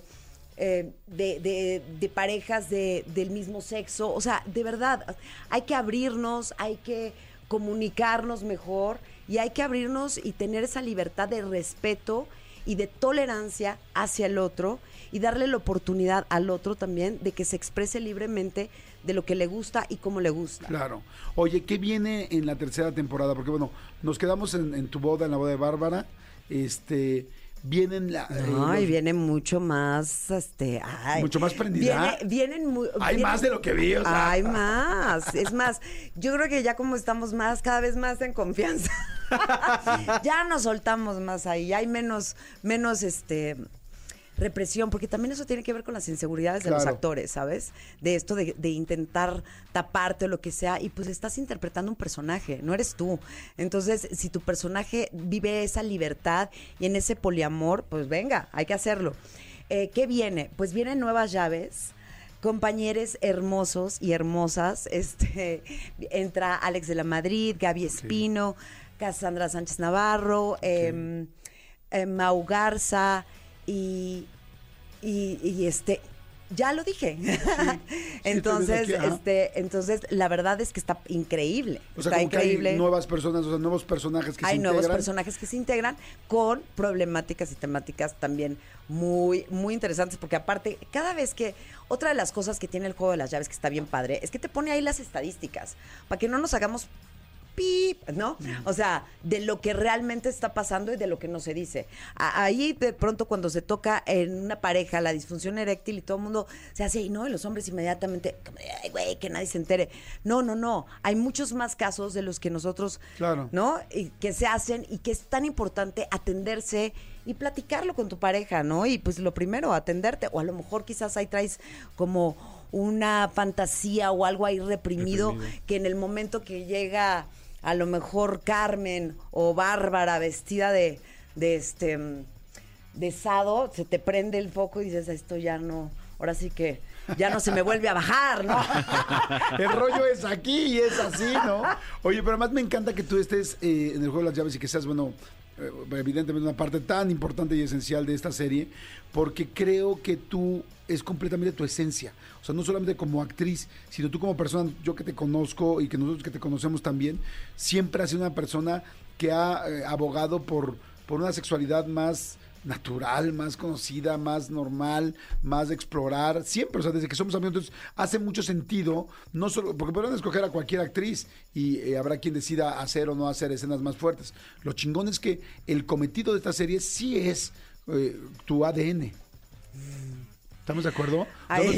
de parejas del mismo sexo. O sea, de verdad, hay que abrirnos, hay que comunicarnos mejor y hay que abrirnos y tener esa libertad de respeto y de tolerancia hacia el otro y darle la oportunidad al otro también de que se exprese libremente de lo que le gusta y cómo le gusta. Claro. Oye, ¿qué viene en la tercera temporada? Porque bueno, nos quedamos en tu boda, en la boda de Bárbara. Vienen viene mucho más, mucho más prendida. Hay más de lo que vi, o sea. Hay más, es más, yo creo que ya como estamos cada vez más en confianza, ya nos soltamos más ahí, hay menos represión, porque también eso tiene que ver con las inseguridades de los actores, ¿sabes? De esto de intentar taparte o lo que sea, y pues estás interpretando un personaje, no eres tú. Entonces, si tu personaje vive esa libertad y en ese poliamor, pues venga, hay que hacerlo. ¿Qué viene? Pues vienen nuevas llaves, compañeros hermosos y hermosas. Entra Alex de la Madrid, Gaby Espino, Cassandra Sánchez Navarro, Mau Garza, y Ya lo dije. entonces, entonces, la verdad es que está increíble. O sea, está como que increíble. hay nuevas personas, o sea, nuevos personajes que se Hay integran. nuevos personajes que se integran con problemáticas y temáticas también muy, muy interesantes, porque aparte, cada vez que, otra de las cosas que tiene el juego de las llaves que está bien padre, es que te pone ahí las estadísticas, para que no nos hagamos pip, ¿no? O sea, de lo que realmente está pasando y de lo que no se dice. Ahí de pronto cuando se toca en una pareja la disfunción eréctil y todo el mundo se hace ahí, ¿no? Y los hombres inmediatamente, ay, güey, que nadie se entere. No. Hay muchos más casos de los que nosotros, Claro. ¿no? Y que se hacen y que es tan importante atenderse y platicarlo con tu pareja, ¿no? Y pues lo primero, atenderte. O a lo mejor quizás ahí traes como una fantasía o algo ahí reprimido. Que en el momento que llega a lo mejor Carmen o Bárbara vestida de Sado, se te prende el foco y dices, esto ya no, ahora sí que ya no se me vuelve a bajar, ¿no? El rollo es aquí y es así, ¿no? Oye, pero además me encanta que tú estés en el juego de las llaves y que seas, bueno, evidentemente una parte tan importante y esencial de esta serie, porque creo que tú es completamente tu esencia. O sea, no solamente como actriz, sino tú como persona, yo que te conozco y que nosotros que te conocemos también, siempre has sido una persona que ha abogado por una sexualidad más natural, más conocida, más normal, más de explorar, siempre, o sea, desde que somos amigos, entonces hace mucho sentido, no solo, porque podrán escoger a cualquier actriz y habrá quien decida hacer o no hacer escenas más fuertes. Lo chingón es que el cometido de esta serie sí es tu ADN. ¿Estamos de acuerdo? Ay,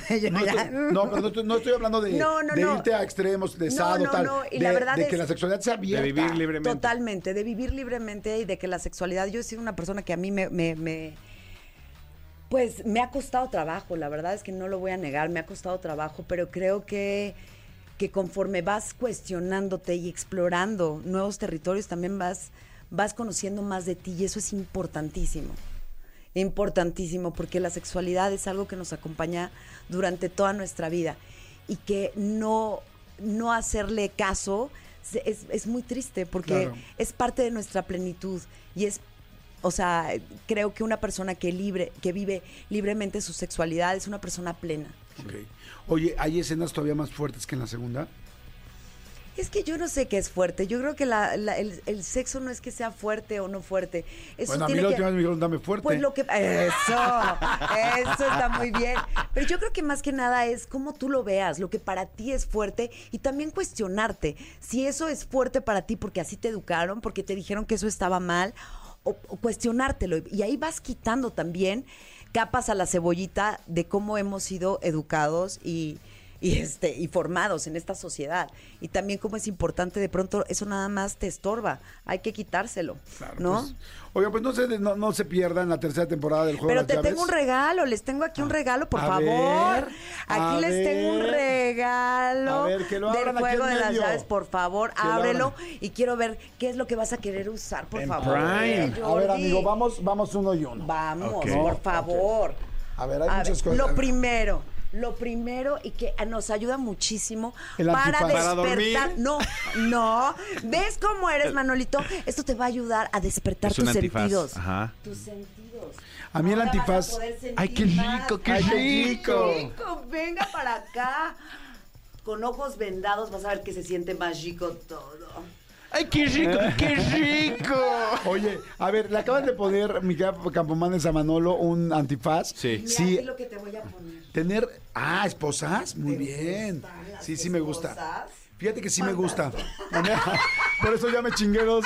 no estoy hablando de irte a extremos, de sado, tal. Y la verdad de que es la sexualidad sea abierta. De vivir libremente. Totalmente, de vivir libremente y de que la sexualidad... Yo he sido una persona que a mí pues me ha costado trabajo, la verdad es que no lo voy a negar, me ha costado trabajo, pero creo que conforme vas cuestionándote y explorando nuevos territorios, también vas conociendo más de ti y eso es importantísimo. Importantísimo, porque la sexualidad es algo que nos acompaña durante toda nuestra vida y que no hacerle caso es muy triste porque Claro. es parte de nuestra plenitud y es, o sea, creo que una persona que vive libremente su sexualidad es una persona plena. Okay. Oye, ¿hay escenas todavía más fuertes que en la segunda? Es que yo no sé qué es fuerte. Yo creo que el sexo no es que sea fuerte o no fuerte. Eso Bueno, a mí tiene la que... última vez me dijeron, dame fuerte. Pues lo que... Eso está muy bien. Pero yo creo que más que nada es cómo tú lo veas, lo que para ti es fuerte y también cuestionarte si eso es fuerte para ti porque así te educaron, porque te dijeron que eso estaba mal, o cuestionártelo. Y ahí vas quitando también capas a la cebollita de cómo hemos sido educados y formados en esta sociedad. Y también cómo es importante, de pronto eso nada más te estorba, hay que quitárselo, Claro, ¿no? pues, oiga, pues no se pierdan la tercera temporada del Juego Pero de te las Llaves. tengo un regalo, les tengo aquí un regalo, por a favor. ver, Aquí a les tengo un ver. regalo A ver, que lo abran del aquí Juego en de las medio. Llaves, por favor, Que lo ábrelo abran. y quiero ver qué es lo que vas a querer usar, por En favor. Prime. A ver, Jordi. amigo, vamos uno y uno. Vamos, Ok. por favor. A ver, hay A muchas ver, cosas. Lo primero y que nos ayuda muchísimo El para antifaz. despertar. Para dormir. No. ¿Ves cómo eres, Manolito? Esto te va a ayudar a despertar Es un tus antifaz. sentidos. Ajá. Tus sentidos. A mí el Ahora vas a antifaz- poder sentir Ay, qué más. rico, qué Ay, qué rico. Rico, venga para acá. Con ojos vendados vas a ver que se siente más rico todo. ¡Ay, qué rico, qué rico! Oye, a ver, le acaban de poner, mi Campomanes, a Manolo un antifaz. Sí. Mira, Sí, aquí lo que te voy a poner. tener... ¿esposas? Muy bien. gustan las Sí, me gusta. esposas? Fíjate que sí me gusta. Por eso ya me chingué dos.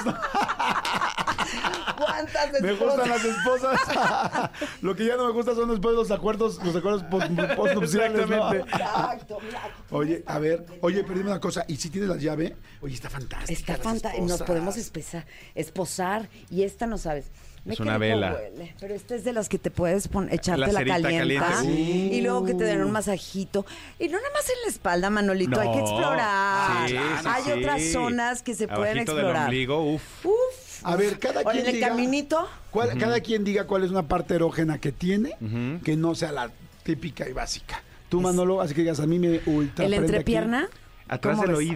¿Cuántas esposas? Me gustan las esposas. Lo que ya no me gusta son después los acuerdos postnupciales, ¿no? Exactamente. Exacto, mira, aquí Oye, tienes a ver, para- oye, pero dime una cosa, ¿y si tienes la llave? Oye, está fantástica. Está las fantástico. Nos esposas. podemos esposar y esta no sabes. Es Qué una rico vela. huele, pero esta es de las que te puedes echarte La la cerita calienta caliente. y luego que te den un masajito. Y no nada más en la espalda, Manolito, hay que No. explorar. Sí, sí, hay sí. otras zonas que se pueden Abajito del explorar. ombligo, uf. Uf. A ver, cada O quien en el diga... caminito. Cada quien diga cuál es una parte erógena que tiene, que no sea la típica y básica. Tú, Manolo, así que digas, a mí me ultra ¿El prende entrepierna? Atrás ¿Cómo del ves? oído.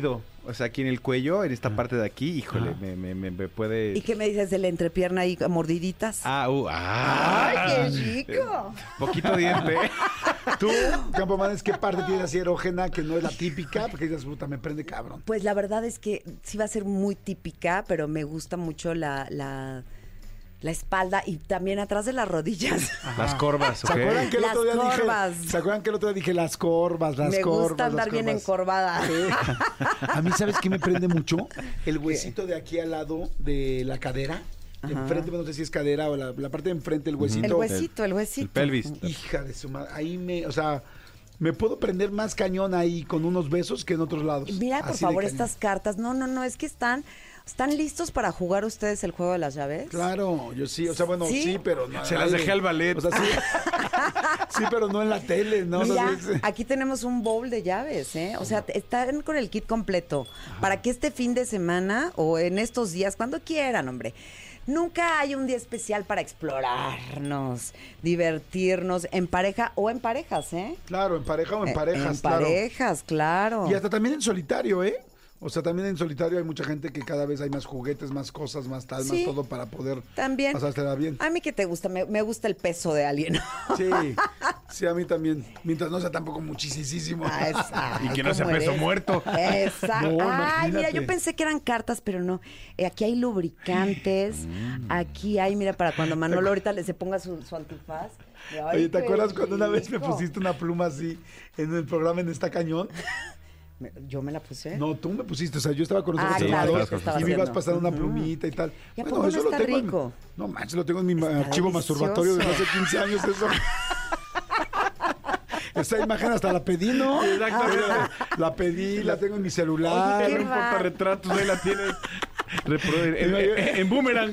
O sea, aquí en el cuello, en esta parte de aquí, híjole, me puede... ¿Y qué me dices de la entrepierna ahí, mordiditas? ¡Ay, qué rico! Poquito diente. Tú, Campomanes, ¿qué parte tienes así erógena que no es la típica? Porque dices, puta, me prende cabrón. Pues la verdad es que sí va a ser muy típica, pero me gusta mucho la espalda y también atrás de las rodillas. Las corvas, ¿Se acuerdan que el otro día Las corvas. dije? ¿Se acuerdan que el otro día dije las corvas, las Me corvas? gusta andar las bien corvas? encorvada. A mí, ¿sabes qué me prende mucho? El huesito de aquí al lado de la cadera. Enfrente, no sé si es cadera o la parte de enfrente, el huesito. El huesito. El pelvis. Hija de su madre. Ahí o sea, me puedo prender más cañón ahí con unos besos que en otros lados. Mira, por Así de favor, cañón. estas cartas. No, es que ¿están listos para jugar ustedes el juego de las llaves? Claro, yo sí, o sea, bueno, ¿Sí? sí, pero no. Se las dejé al ballet. O sea, sí. Sí, pero no en la tele, ¿no? Mira, O sea, sí. aquí tenemos un bowl de llaves, ¿eh? O sea, están con el kit completo para que este fin de semana o en estos días, cuando quieran, hombre. Nunca hay un día especial para explorarnos, divertirnos en pareja o en parejas, ¿eh? Claro, en pareja o en parejas, En claro. parejas, claro. Y hasta también en solitario, ¿eh? O sea, también en solitario hay mucha gente que cada vez hay más juguetes, más cosas, más tal, Sí. más todo para poder También. pasársela bien. A mí que te gusta, me gusta el peso de alguien. Sí, a mí también. Mientras no sea tampoco muchísimo. Y que no sea peso muerto. Exacto. No, Ay, mira, imagínate. yo pensé que eran cartas, pero no. Aquí hay lubricantes. Aquí hay, mira, para cuando Manolo ahorita se ponga su antifaz. Ay, Oye, ¿te qué acuerdas cuando una vez me rico. pusiste una pluma así en el programa en Está Cañón? ¿Yo me la puse? No, tú me pusiste, o sea, yo estaba con los Ah, ojos claro, cerrados ¿qué estaba y me ibas haciendo? pasando una plumita y tal. ¿Y a poco no está tengo rico? No manches, lo tengo en mi Está archivo masturbatorio de delicioso. hace 15 años eso. Esa imagen hasta la pedí, ¿no? Exactamente. La pedí, la tengo en mi celular. Oye, No qué importa va. retratos, ahí la tienes. En boomerang.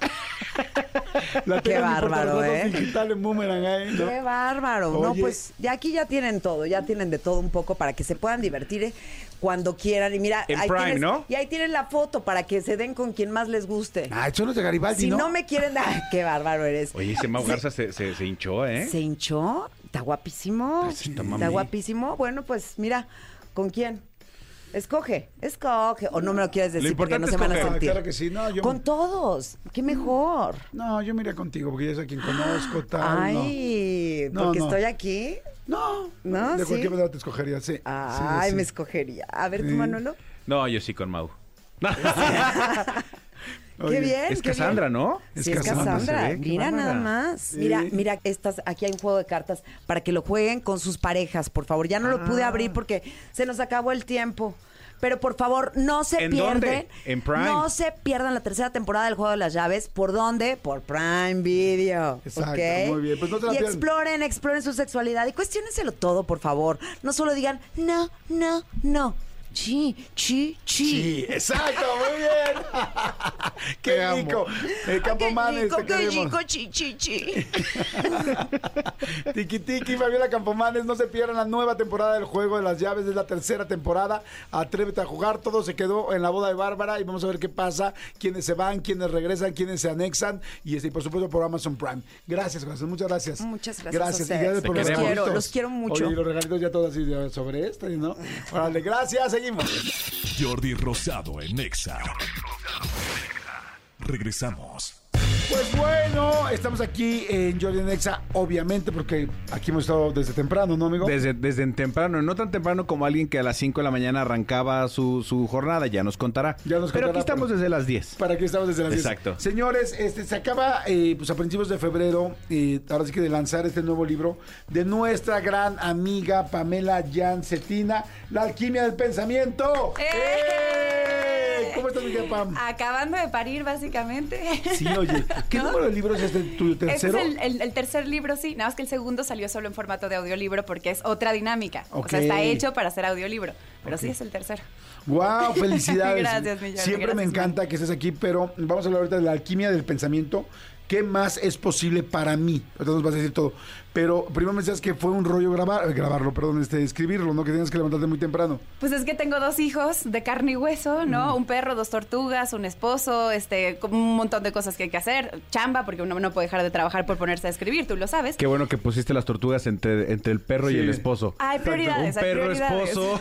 La Qué tengo en mi bárbaro, portarretratos ¿eh? digital en Boomerang, ¿eh? ¿No? Qué bárbaro. No, Oye. pues ya aquí ya tienen todo, ya tienen de todo un poco para que se puedan divertir cuando quieran. Y mira, En ahí Prime, tienes, ¿no? y ahí tienen la foto para que se den con quien más les guste. Ah, eso no es de Garibaldi, Si ¿no? no me quieren dar, qué bárbaro eres. Oye, ese Mau Garza se hinchó, ¿eh? ¿Se hinchó? Está guapísimo. Pues está mami. Está guapísimo. Bueno, pues mira, ¿con quién? Escoge. O no me lo quieres decir Lo porque no importante se es van a coger. sentir. Claro que sí, no, yo... Con todos. Qué mejor. No, yo me iría contigo porque ya es a quien conozco, tal, Ay, No, porque no. estoy aquí. No, No, de ¿sí? cualquier manera te escogería, sí. Ay, sí, me sí. escogería. A ver, Sí. tú, Manolo. No, yo sí con Mau. Oye, Qué bien. Es qué Cassandra, ¿no? Sí, Es es Cassandra, Cassandra. se ve, qué Mira bárbara. nada más. Sí. Mira, aquí hay un juego de cartas para que lo jueguen con sus parejas, por favor. Ya no lo pude abrir porque se nos acabó el tiempo. Pero por favor, no se ¿En pierden. dónde? ¿En Prime? No se pierdan la tercera temporada del Juego de las Llaves. ¿Por dónde? Por Prime Video. Exacto, ¿ok? muy bien. Pues no se la y pierdan. exploren su sexualidad y cuestiónenselo todo, por favor. No solo digan no. Sí. Sí, exacto, muy bien. Qué Te amo. rico. Campomanes, te Qué queremos. rico, chi. Tiki Tiki, Fabiola Campomanes, no se pierdan la nueva temporada del Juego de las Llaves, es la tercera temporada. Atrévete a jugar, todo se quedó en la boda de Bárbara y vamos a ver qué pasa, quiénes se van, quiénes regresan, quiénes se anexan y por supuesto por Amazon Prime. Gracias, José, muchas gracias. Muchas gracias Gracias, a y ustedes. gracias por Te los queremos. regalitos. Los quiero mucho. Oye, y los regalitos ya todos así sobre esto, ¿no? Órale, gracias, seguimos. Jordi Rosado en Exa. Regresamos. Pues bueno, estamos aquí en Jordi en Exa, obviamente, porque aquí hemos estado desde temprano, ¿no, amigo? Desde temprano, no tan temprano como alguien que a las 5 de la mañana arrancaba su jornada, ya nos contará. Ya nos Pero contará, aquí estamos pero- desde las 10. Para que estamos desde las 10. Exacto. Señores, se acaba pues a principios de febrero, ahora sí que de lanzar este nuevo libro de nuestra gran amiga Pamela Jancetina, La alquimia del pensamiento. ¡Eh! ¿Cómo estás, mi querida Pam? Acabando de parir, básicamente. Sí, oye, ¿qué ¿No? número de libros es tu Este tercero? es el tercer libro, sí. Nada más que el segundo salió solo en formato de audiolibro porque es otra dinámica. Ok. O sea, está hecho para hacer audiolibro. Pero Ok. sí es el tercero. ¡Wow! ¡Felicidades! Gracias, mi Jordi, Siempre me gracias, encanta que estés aquí, pero vamos a hablar ahorita de la alquimia del pensamiento. ¿Qué más es posible para mí? Ahorita nos vas a decir todo. Pero primero me decías que fue un rollo escribirlo, ¿no? Que tenías que levantarte muy temprano. Pues es que tengo 2 hijos de carne y hueso, ¿no? Un perro, 2 tortugas, un esposo, como un montón de cosas que hay que hacer. Chamba, porque uno no puede dejar de trabajar por ponerse a escribir, tú lo sabes. Qué bueno que pusiste las tortugas entre el perro y el esposo. Hay prioridades, Un perro esposo.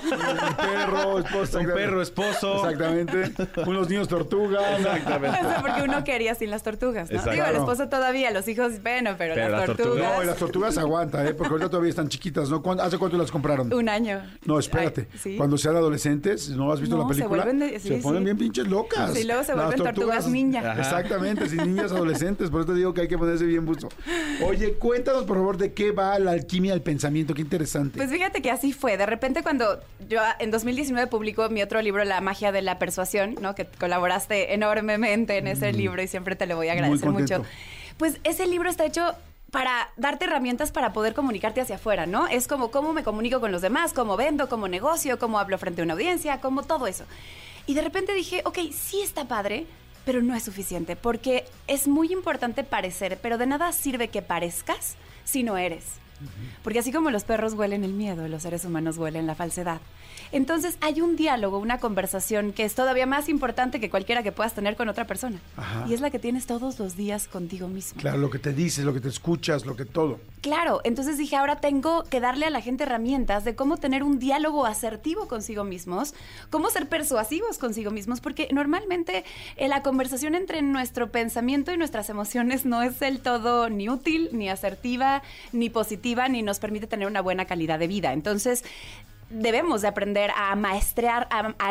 Un perro esposo. Exactamente. Unos niños tortugas. Exactamente. Eso porque uno quería sin las tortugas, ¿no? Exacto. Digo, el esposo todavía, los hijos, bueno, pero las tortugas. No, las tortugas aguanta, porque ahorita todavía están chiquitas, ¿no? ¿Hace cuánto las compraron? 1 año. No, espérate. Ay, ¿sí? Cuando sean adolescentes, ¿no has visto la película? Se ponen bien pinches locas. Sí, luego se vuelven tortugas ninja. Ajá. Exactamente, sin niñas adolescentes. Por eso te digo que hay que ponerse bien buzo. Oye, cuéntanos, por favor, de qué va la alquimia del pensamiento. Qué interesante. Pues fíjate que así fue. De repente, cuando yo en 2019 publicó mi otro libro, La magia de la persuasión, ¿no? Que colaboraste enormemente en ese libro y siempre te lo voy a agradecer mucho. Pues ese libro está hecho para darte herramientas para poder comunicarte hacia afuera, ¿no? Es como cómo me comunico con los demás, cómo vendo, cómo negocio, cómo hablo frente a una audiencia, cómo todo eso. Y de repente dije, ok, sí está padre, pero no es suficiente, porque es muy importante parecer, pero de nada sirve que parezcas si no eres. Porque así como los perros huelen el miedo, los seres humanos huelen la falsedad. Entonces hay un diálogo, una conversación que es todavía más importante que cualquiera que puedas tener con otra persona. Ajá. Y es la que tienes todos los días contigo mismo. Claro, lo que te dices, lo que te escuchas, lo que todo. Claro, entonces dije, ahora tengo que darle a la gente herramientas de cómo tener un diálogo asertivo consigo mismos, cómo ser persuasivos consigo mismos, porque normalmente la conversación entre nuestro pensamiento y nuestras emociones no es del todo ni útil, ni asertiva, ni positiva, ni nos permite tener una buena calidad de vida. Entonces, debemos de aprender a amaestrar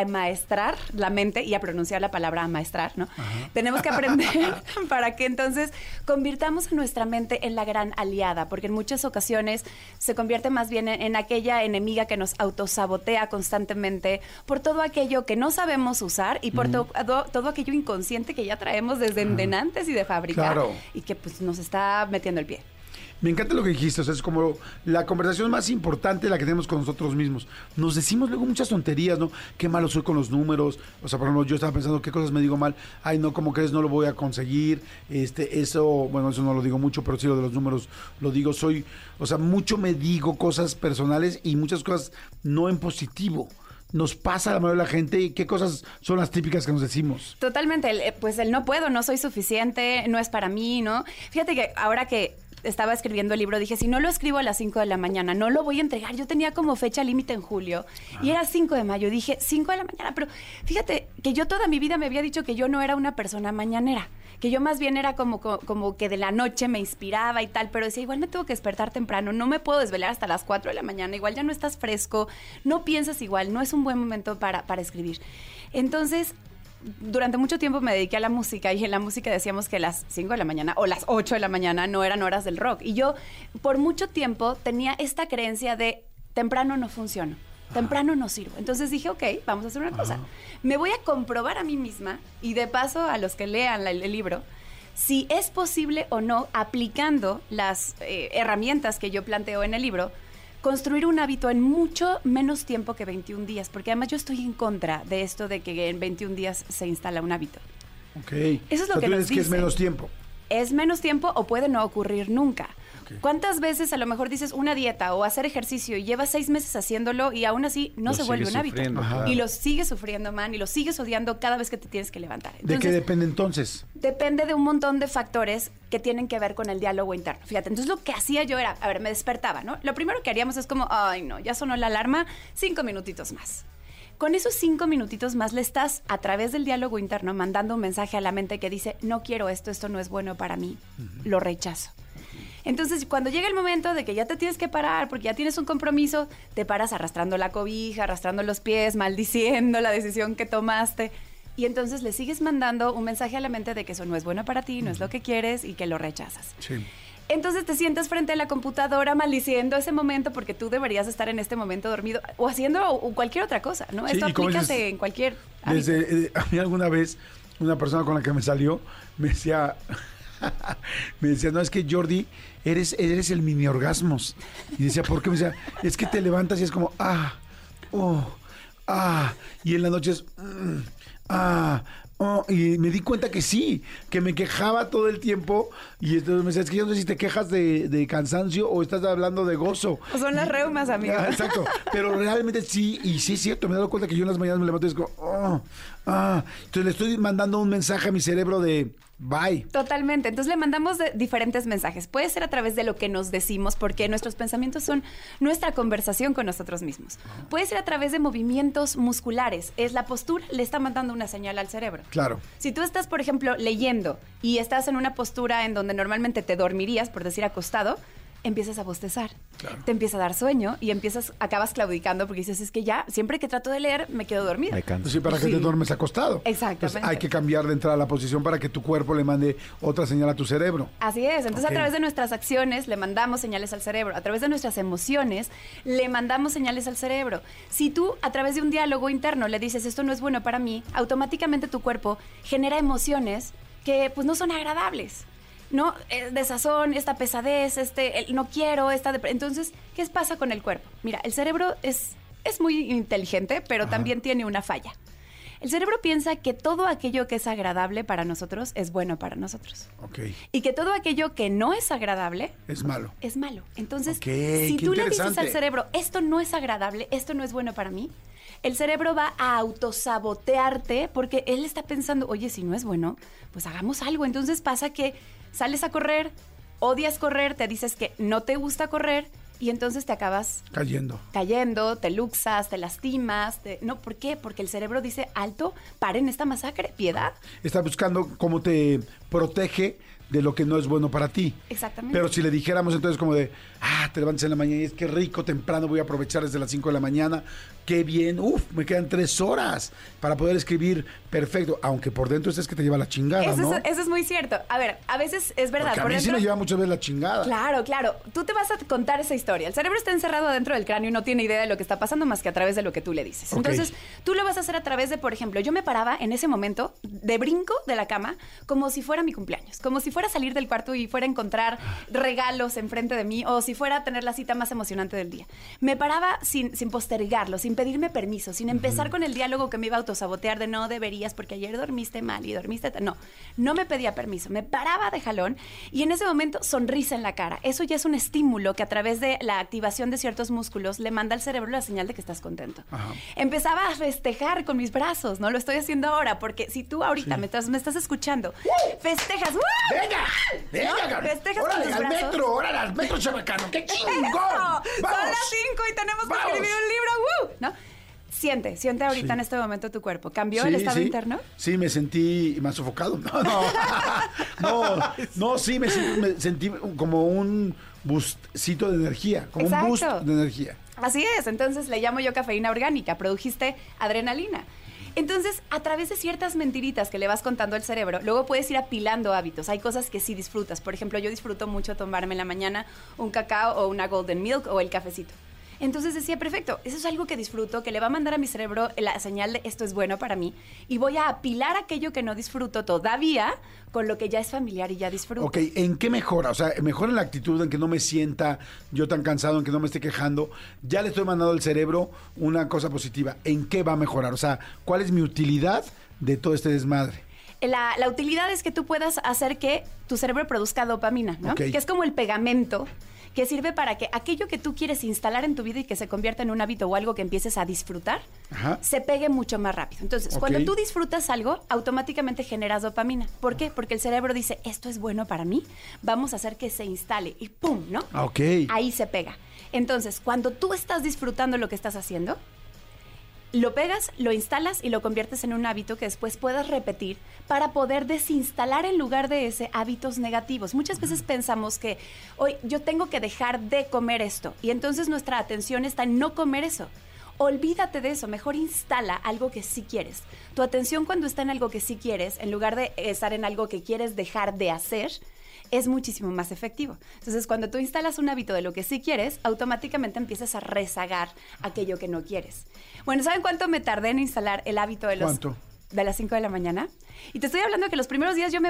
la mente y a pronunciar la palabra amaestrar, ¿no? Ajá. Tenemos que aprender para que entonces convirtamos a nuestra mente en la gran aliada, porque en muchas ocasiones se convierte más bien en aquella enemiga que nos autosabotea constantemente por todo aquello que no sabemos usar y por todo aquello inconsciente que ya traemos desde antes y de fábrica. Claro. Y que pues nos está metiendo el pie. Me encanta lo que dijiste, o sea, es como la conversación más importante la que tenemos con nosotros mismos. Nos decimos luego muchas tonterías, ¿no? Qué malo soy con los números, o sea, por ejemplo, yo estaba pensando qué cosas me digo mal. Ay, no, ¿cómo crees? No lo voy a conseguir. Eso, bueno, eso no lo digo mucho, pero sí lo de los números lo digo. O sea, mucho me digo cosas personales y muchas cosas no en positivo. Nos pasa a la mayoría de la gente y qué cosas son las típicas que nos decimos. Totalmente, pues el no puedo, no soy suficiente, no es para mí, ¿no? Fíjate que ahora que estaba escribiendo el libro, dije, si no lo escribo a las 5 de la mañana, no lo voy a entregar. Yo tenía como fecha límite en julio y era 5 de mayo. Dije, 5 de la mañana, pero fíjate que yo toda mi vida me había dicho que yo no era una persona mañanera, que yo más bien era como que de la noche me inspiraba y tal, pero decía, igual me tengo que despertar temprano, no me puedo desvelar hasta las 4 de la mañana, igual ya no estás fresco, no piensas igual, no es un buen momento para escribir. Entonces, durante mucho tiempo me dediqué a la música y en la música decíamos que las 5 de la mañana o las 8 de la mañana no eran horas del rock. Y yo por mucho tiempo tenía esta creencia de temprano no funciono, temprano no sirvo. Entonces dije, ok, vamos a hacer una cosa. Me voy a comprobar a mí misma y de paso a los que lean el libro, si es posible o no, aplicando las herramientas que yo planteo en el libro, construir un hábito en mucho menos tiempo que 21 días, porque además yo estoy en contra de esto de que en 21 días se instala un hábito. Ok. Eso es lo que nos dicen. Que es menos tiempo. Es menos tiempo o puede no ocurrir nunca. Okay. ¿Cuántas veces a lo mejor dices una dieta o hacer ejercicio y llevas 6 meses haciéndolo y aún así no se vuelve un hábito? Y lo sigues sufriendo, man, y lo sigues odiando cada vez que te tienes que levantar. Entonces, ¿de qué depende entonces? Depende de un montón de factores que tienen que ver con el diálogo interno. Fíjate, entonces lo que hacía yo era, a ver, me despertaba, ¿no? Lo primero que haríamos es como, ay no, ya sonó la alarma, 5 minutitos más. Con esos 5 minutitos más le estás, a través del diálogo interno, mandando un mensaje a la mente que dice, no quiero esto no es bueno para mí, lo rechazo. Entonces, cuando llega el momento de que ya te tienes que parar porque ya tienes un compromiso, te paras arrastrando la cobija, arrastrando los pies, maldiciendo la decisión que tomaste. Y entonces le sigues mandando un mensaje a la mente de que eso no es bueno para ti, no es lo que quieres y que lo rechazas. Sí. Entonces te sientas frente a la computadora maldiciendo ese momento porque tú deberías estar en este momento dormido o haciendo cualquier otra cosa, ¿no? Sí, esto aplícase en cualquier hábito. A mí alguna vez una persona con la que me salió me decía, no, es que Jordi, eres el mini orgasmos. Y decía, ¿por qué? Me decía, es que te levantas y es como, y en la noche es, y me di cuenta que sí, que me quejaba todo el tiempo y entonces me decía, es que yo no sé si te quejas de cansancio o estás hablando de gozo. O son las reumas, amigo. Exacto, pero realmente sí, y sí es cierto, me he dado cuenta que yo en las mañanas me levanto y digo, entonces le estoy mandando un mensaje a mi cerebro de bye. Totalmente. Entonces le mandamos diferentes mensajes. Puede ser a través de lo que nos decimos, porque nuestros pensamientos son nuestra conversación con nosotros mismos. Puede ser a través de movimientos musculares. Es la postura, le está mandando una señal al cerebro. Claro. Si tú estás, por ejemplo, leyendo y estás en una postura en donde normalmente te dormirías, por decir acostado, empiezas a bostezar, claro. Te empieza a dar sueño y acabas claudicando porque dices, es que ya, siempre que trato de leer, me quedo dormida. Pues sí, para que te duermes acostado. Exactamente. Pues hay que cambiar de entrada la posición para que tu cuerpo le mande otra señal a tu cerebro. Así es. Entonces, a través de nuestras acciones le mandamos señales al cerebro. A través de nuestras emociones le mandamos señales al cerebro. Si tú, a través de un diálogo interno, le dices, esto no es bueno para mí, automáticamente tu cuerpo genera emociones que, pues, no son agradables. ¿No? Desazón, esta pesadez, no quiero, Entonces, ¿qué pasa con el cuerpo? Mira, el cerebro es muy inteligente, pero también tiene una falla. El cerebro piensa que todo aquello que es agradable para nosotros es bueno para nosotros. Okay. Y que todo aquello que no es agradable... es malo. Es malo. Entonces, si tú le dices al cerebro, esto no es agradable, esto no es bueno para mí, el cerebro va a autosabotearte porque él está pensando, oye, si no es bueno, pues hagamos algo. Entonces pasa que sales a correr, odias correr, te dices que no te gusta correr y entonces te acabas cayendo, te luxas, te lastimas. No, ¿por qué? Porque el cerebro dice, alto, paren esta masacre, piedad. Está buscando cómo te protege de lo que no es bueno para ti. Exactamente. Pero si le dijéramos entonces como de, te levantas en la mañana y es que rico, temprano, voy a aprovechar desde las 5 de la mañana, qué bien, me quedan 3 horas para poder escribir perfecto, aunque por dentro es que te lleva la chingada, ¿no? Eso es muy cierto. A ver, a veces es verdad. Porque a mí sí me lleva muchas veces la chingada. Claro. Tú te vas a contar esa historia. El cerebro está encerrado adentro del cráneo y no tiene idea de lo que está pasando más que a través de lo que tú le dices. Okay. Entonces, tú lo vas a hacer a través de, por ejemplo, yo me paraba en ese momento de brinco de la cama como si fuera mi cumpleaños, como si fuera a salir del cuarto y fuera a encontrar regalos enfrente de mí o si fuera a tener la cita más emocionante del día. Me paraba sin postergarlo, sin pedirme permiso, sin empezar con el diálogo que me iba a autosabotear de no deberías porque ayer dormiste mal y dormiste... No me pedía permiso, me paraba de jalón y en ese momento sonrisa en la cara. Eso ya es un estímulo que a través de la activación de ciertos músculos le manda al cerebro la señal de que estás contento. Ajá. Empezaba a festejar con mis brazos, ¿no? Lo estoy haciendo ahora porque si tú ahorita me estás escuchando, festejas. ¡Venga, cabrón! Festejas órale, con tus brazos. órale, al metro, chabacano, ¡qué chingón! ¡Vamos! Son las 5 y tenemos que escribir un libro, ¿no? Siente ahorita en este momento tu cuerpo. ¿Cambió el estado interno? Sí, me sentí más sofocado. Sí, me sentí como un boostcito de energía, como un boost de energía. Así es, entonces le llamo yo cafeína orgánica, produjiste adrenalina. Entonces, a través de ciertas mentiritas que le vas contando al cerebro, luego puedes ir apilando hábitos. Hay cosas que sí disfrutas. Por ejemplo, yo disfruto mucho tomarme en la mañana un cacao o una golden milk o el cafecito. Entonces decía, perfecto, eso es algo que disfruto, que le va a mandar a mi cerebro la señal de esto es bueno para mí y voy a apilar aquello que no disfruto todavía con lo que ya es familiar y ya disfruto. Ok, ¿en qué mejora? O sea, mejora en la actitud, en que no me sienta yo tan cansado, en que no me esté quejando. Ya le estoy mandando al cerebro una cosa positiva. ¿En qué va a mejorar? O sea, ¿cuál es mi utilidad de todo este desmadre? La utilidad es que tú puedas hacer que tu cerebro produzca dopamina, ¿no? Okay. Que es como el pegamento que sirve para que aquello que tú quieres instalar en tu vida y que se convierta en un hábito o algo que empieces a disfrutar, se pegue mucho más rápido. Entonces, cuando tú disfrutas algo, automáticamente generas dopamina. ¿Por qué? Porque el cerebro dice, esto es bueno para mí, vamos a hacer que se instale y ¡pum!, ¿no? Ahí se pega. Entonces, cuando tú estás disfrutando lo que estás haciendo, lo pegas, lo instalas y lo conviertes en un hábito que después puedas repetir para poder desinstalar en lugar de ese hábitos negativos. Muchas veces pensamos que hoy yo tengo que dejar de comer esto y entonces nuestra atención está en no comer eso. Olvídate de eso, mejor instala algo que sí quieres. Tu atención cuando está en algo que sí quieres, en lugar de estar en algo que quieres dejar de hacer, es muchísimo más efectivo. Entonces, cuando tú instalas un hábito de lo que sí quieres, automáticamente empiezas a rezagar aquello que no quieres. Bueno, ¿saben cuánto me tardé en instalar el hábito de las 5 de la mañana? Y te estoy hablando que los primeros días yo me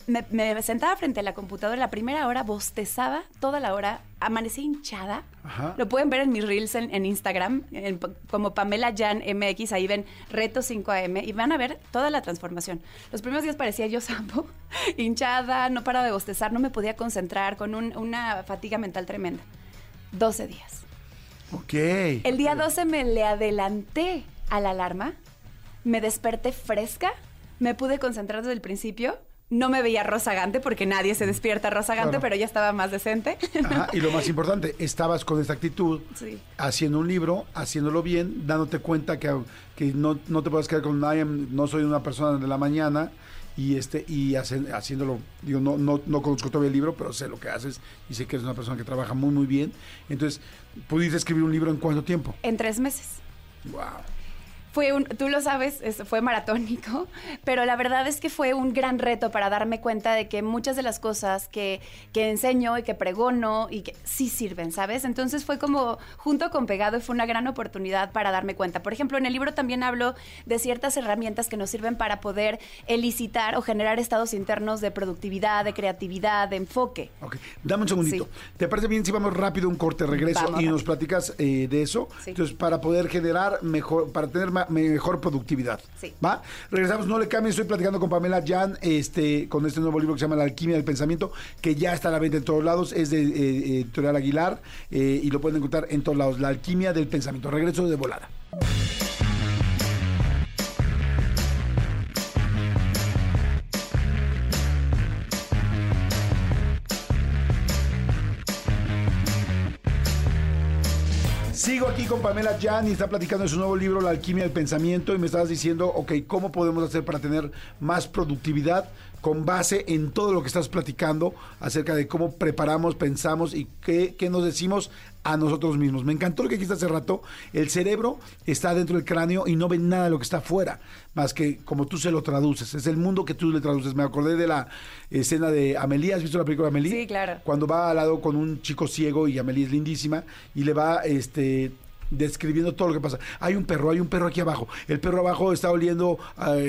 me sentaba frente a la computadora, la primera hora bostezaba toda la hora, amanecí hinchada. Ajá. Lo pueden ver en mis reels en Instagram, como Pamela Jan MX, ahí ven Reto 5am y van a ver toda la transformación. Los primeros días parecía yo sapo, hinchada, no paraba de bostezar, no me podía concentrar, con una fatiga mental tremenda. 12 días. Ok. El día 12 me le adelanté a la alarma, me desperté fresca, me pude concentrar desde el principio. No me veía rozagante porque nadie se despierta rozagante, Claro. pero ya estaba más decente. Ajá, y lo más importante, estabas con esta actitud, Sí. haciendo un libro, haciéndolo bien, dándote cuenta que no te puedes quedar con no soy una persona de la mañana y haciéndolo, digo, no conozco todavía el libro, pero sé lo que haces y sé que eres una persona que trabaja muy, muy bien. Entonces, ¿pudiste escribir un libro en cuánto tiempo? En 3 meses. Wow. Tú lo sabes, fue maratónico, pero la verdad es que fue un gran reto para darme cuenta de que muchas de las cosas que enseño y que pregono y que sí sirven, ¿sabes? Entonces fue como junto con pegado y fue una gran oportunidad para darme cuenta. Por ejemplo, en el libro también hablo de ciertas herramientas que nos sirven para poder elicitar o generar estados internos de productividad, de creatividad, de enfoque. Ok, dame un segundito. Sí. ¿Te parece bien si vamos rápido un corte, regreso Vamos y rápido. nos platicas de eso? Sí. Entonces, para poder generar para tener mejor productividad. Sí. ¿Va? Regresamos, no le cambien, estoy platicando con Pamela Jan, con este nuevo libro que se llama La Alquimia del Pensamiento, que ya está a la venta en todos lados, es de Editorial Aguilar, y lo pueden encontrar en todos lados. La Alquimia del Pensamiento. Regreso de volada. Sigo aquí con Pamela Jan y está platicando de su nuevo libro, La Alquimia del Pensamiento, y me estabas diciendo, ok, ¿cómo podemos hacer para tener más productividad con base en todo lo que estás platicando acerca de cómo preparamos, pensamos y qué nos decimos a nosotros mismos? Me encantó lo que dijiste hace rato. El cerebro está dentro del cráneo y no ve nada de lo que está afuera, más que como tú se lo traduces. Es el mundo que tú le traduces. Me acordé de la escena de Amélie. ¿Has visto la película de Amélie? Sí, claro. Cuando va al lado con un chico ciego y Amélie es lindísima y le va describiendo todo lo que pasa. Hay un perro aquí abajo. El perro abajo está oliendo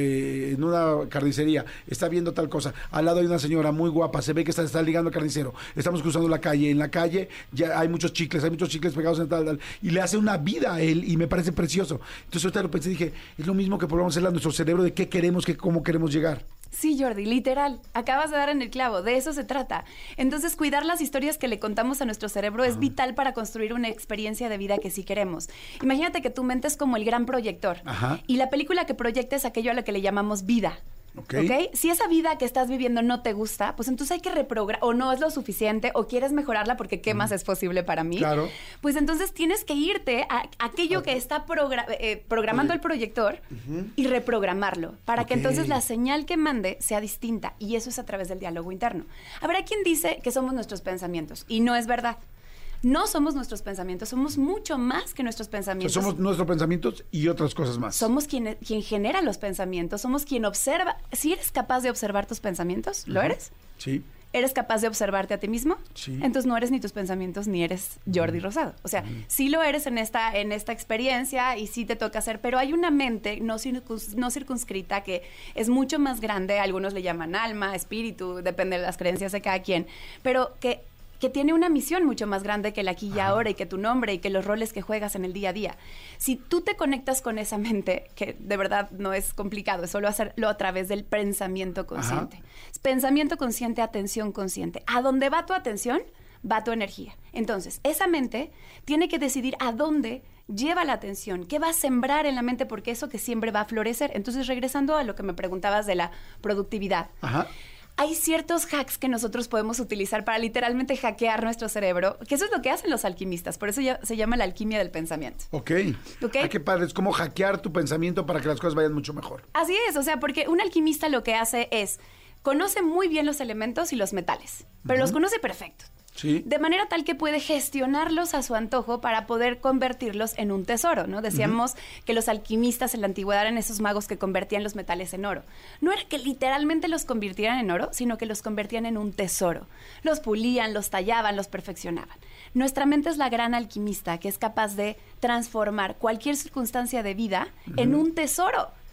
en una carnicería. Está viendo tal cosa. Al lado hay una señora muy guapa. Se ve que está ligando al carnicero. Estamos cruzando la calle. En la calle ya hay muchos chicles pegados en tal. Y le hace una vida a él y me parece precioso. Entonces ahorita lo pensé y dije, es lo mismo que podemos hacer a nuestro cerebro de qué queremos, cómo queremos llegar. Sí, Jordi, literal. Acabas de dar en el clavo. De eso se trata. Entonces, cuidar las historias que le contamos a nuestro cerebro es vital para construir una experiencia de vida que sí queremos. Imagínate que tu mente es como el gran proyector. Ajá. Y la película que proyecta es aquello a lo que le llamamos vida. Ok. ¿Ok? Si esa vida que estás viviendo no te gusta, pues entonces hay que reprogramar, o no es lo suficiente, o quieres mejorarla porque ¿qué más es posible para mí? Claro. Pues entonces tienes que irte a aquello que está programando el proyector y reprogramarlo, para que Ok. entonces la señal que mande sea distinta, y eso es a través del diálogo interno. Habrá quien dice que somos nuestros pensamientos, y no es verdad. No somos nuestros pensamientos, somos mucho más que nuestros O sea, pensamientos. somos nuestros pensamientos y otras cosas más. Somos quien genera los pensamientos, somos quien observa. Si eres capaz de observar tus pensamientos, ¿lo eres? Sí. ¿Eres capaz de observarte a ti mismo? Sí. Entonces no eres ni tus pensamientos ni eres Jordi Rosado. O sea, sí lo eres en esta experiencia y sí te toca hacer, pero hay una mente no circunscrita que es mucho más grande. Algunos le llaman alma, espíritu, depende de las creencias de cada quien, pero que tiene una misión mucho más grande que el aquí y ahora y que tu nombre y que los roles que juegas en el día a día. Si tú te conectas con esa mente, que de verdad no es complicado, es solo hacerlo a través del pensamiento consciente. Pensamiento consciente, atención consciente. A donde va tu atención, va tu energía. Entonces, esa mente tiene que decidir a dónde lleva la atención, qué va a sembrar en la mente, porque eso que siempre va a florecer. Entonces, regresando a lo que me preguntabas de la productividad. Ajá. Hay ciertos hacks que nosotros podemos utilizar para literalmente hackear nuestro cerebro, que eso es lo que hacen los alquimistas, por eso ya se llama la alquimia del pensamiento. Ok. Ok. Ay, qué padre. Es como hackear tu pensamiento para que las cosas vayan mucho mejor. Así es, o sea, porque un alquimista lo que hace es, conoce muy bien los elementos y los metales, pero los conoce perfecto. Sí. De manera tal que puede gestionarlos a su antojo para poder convertirlos en un tesoro, ¿no? Decíamos que los alquimistas en la antigüedad eran esos magos que convertían los metales en oro. No era que literalmente los convirtieran en oro, sino que los convertían en un tesoro. Los pulían, los tallaban, los perfeccionaban. Nuestra mente es la gran alquimista que es capaz de transformar cualquier circunstancia de vida en un tesoro.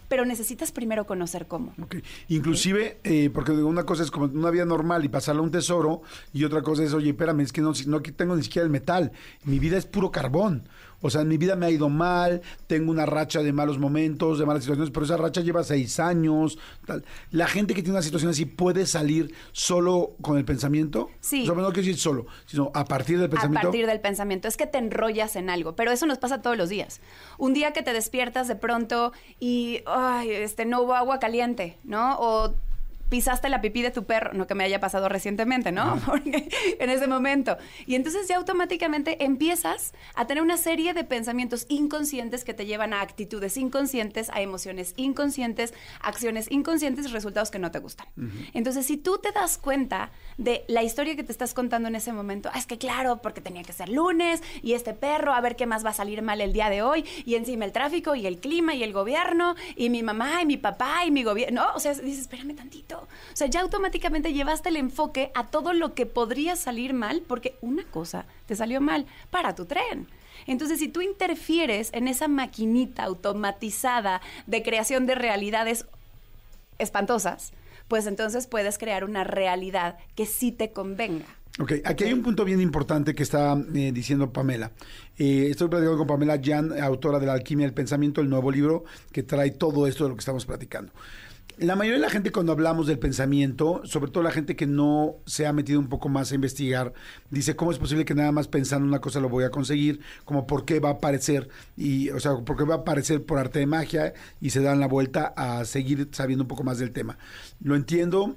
pero necesitas primero conocer cómo. Okay. Inclusive, porque una cosa es como una vida normal y pasarle a un tesoro, y otra cosa es, oye, espérame, es que no tengo ni siquiera el metal, mi vida es puro carbón. O sea, en mi vida me ha ido mal, tengo una racha de malos momentos, de malas situaciones, pero esa racha lleva 6 años. Tal. ¿La gente que tiene una situación así puede salir solo con el pensamiento? Sí. O sea, no quiero decir solo, sino a partir del pensamiento. A partir del pensamiento. Es que te enrollas en algo, pero eso nos pasa todos los días. Un día que te despiertas de pronto y no hubo agua caliente, ¿no? O pisaste la pipí de tu perro, no que me haya pasado recientemente, ¿no? Porque en ese momento. Y entonces ya automáticamente empiezas a tener una serie de pensamientos inconscientes que te llevan a actitudes inconscientes, a emociones inconscientes, acciones inconscientes y resultados que no te gustan. Entonces, si tú te das cuenta de la historia que te estás contando en ese momento, es que claro, porque tenía que ser lunes, y este perro, a ver qué más va a salir mal el día de hoy, y encima el tráfico, y el clima, y el gobierno, y mi mamá, y mi papá, y mi gobierno, ¿no? O sea, dices, espérame tantito. O sea, ya automáticamente llevaste el enfoque a todo lo que podría salir mal, porque una cosa te salió mal para tu tren. Entonces, si tú interfieres en esa maquinita automatizada de creación de realidades espantosas, pues entonces puedes crear una realidad que sí te convenga. Ok, aquí hay un punto bien importante que está diciendo Pamela. Estoy platicando con Pamela Yan, autora de La Alquimia del Pensamiento, el nuevo libro que trae todo esto de lo que estamos platicando. La mayoría de la gente, cuando hablamos del pensamiento, sobre todo la gente que no se ha metido un poco más a investigar, dice, ¿cómo es posible que nada más pensando una cosa lo voy a conseguir? Como, ¿por qué va a aparecer? O sea, ¿por qué va a aparecer por arte de magia? Y se dan la vuelta a seguir sabiendo un poco más del tema. Lo entiendo,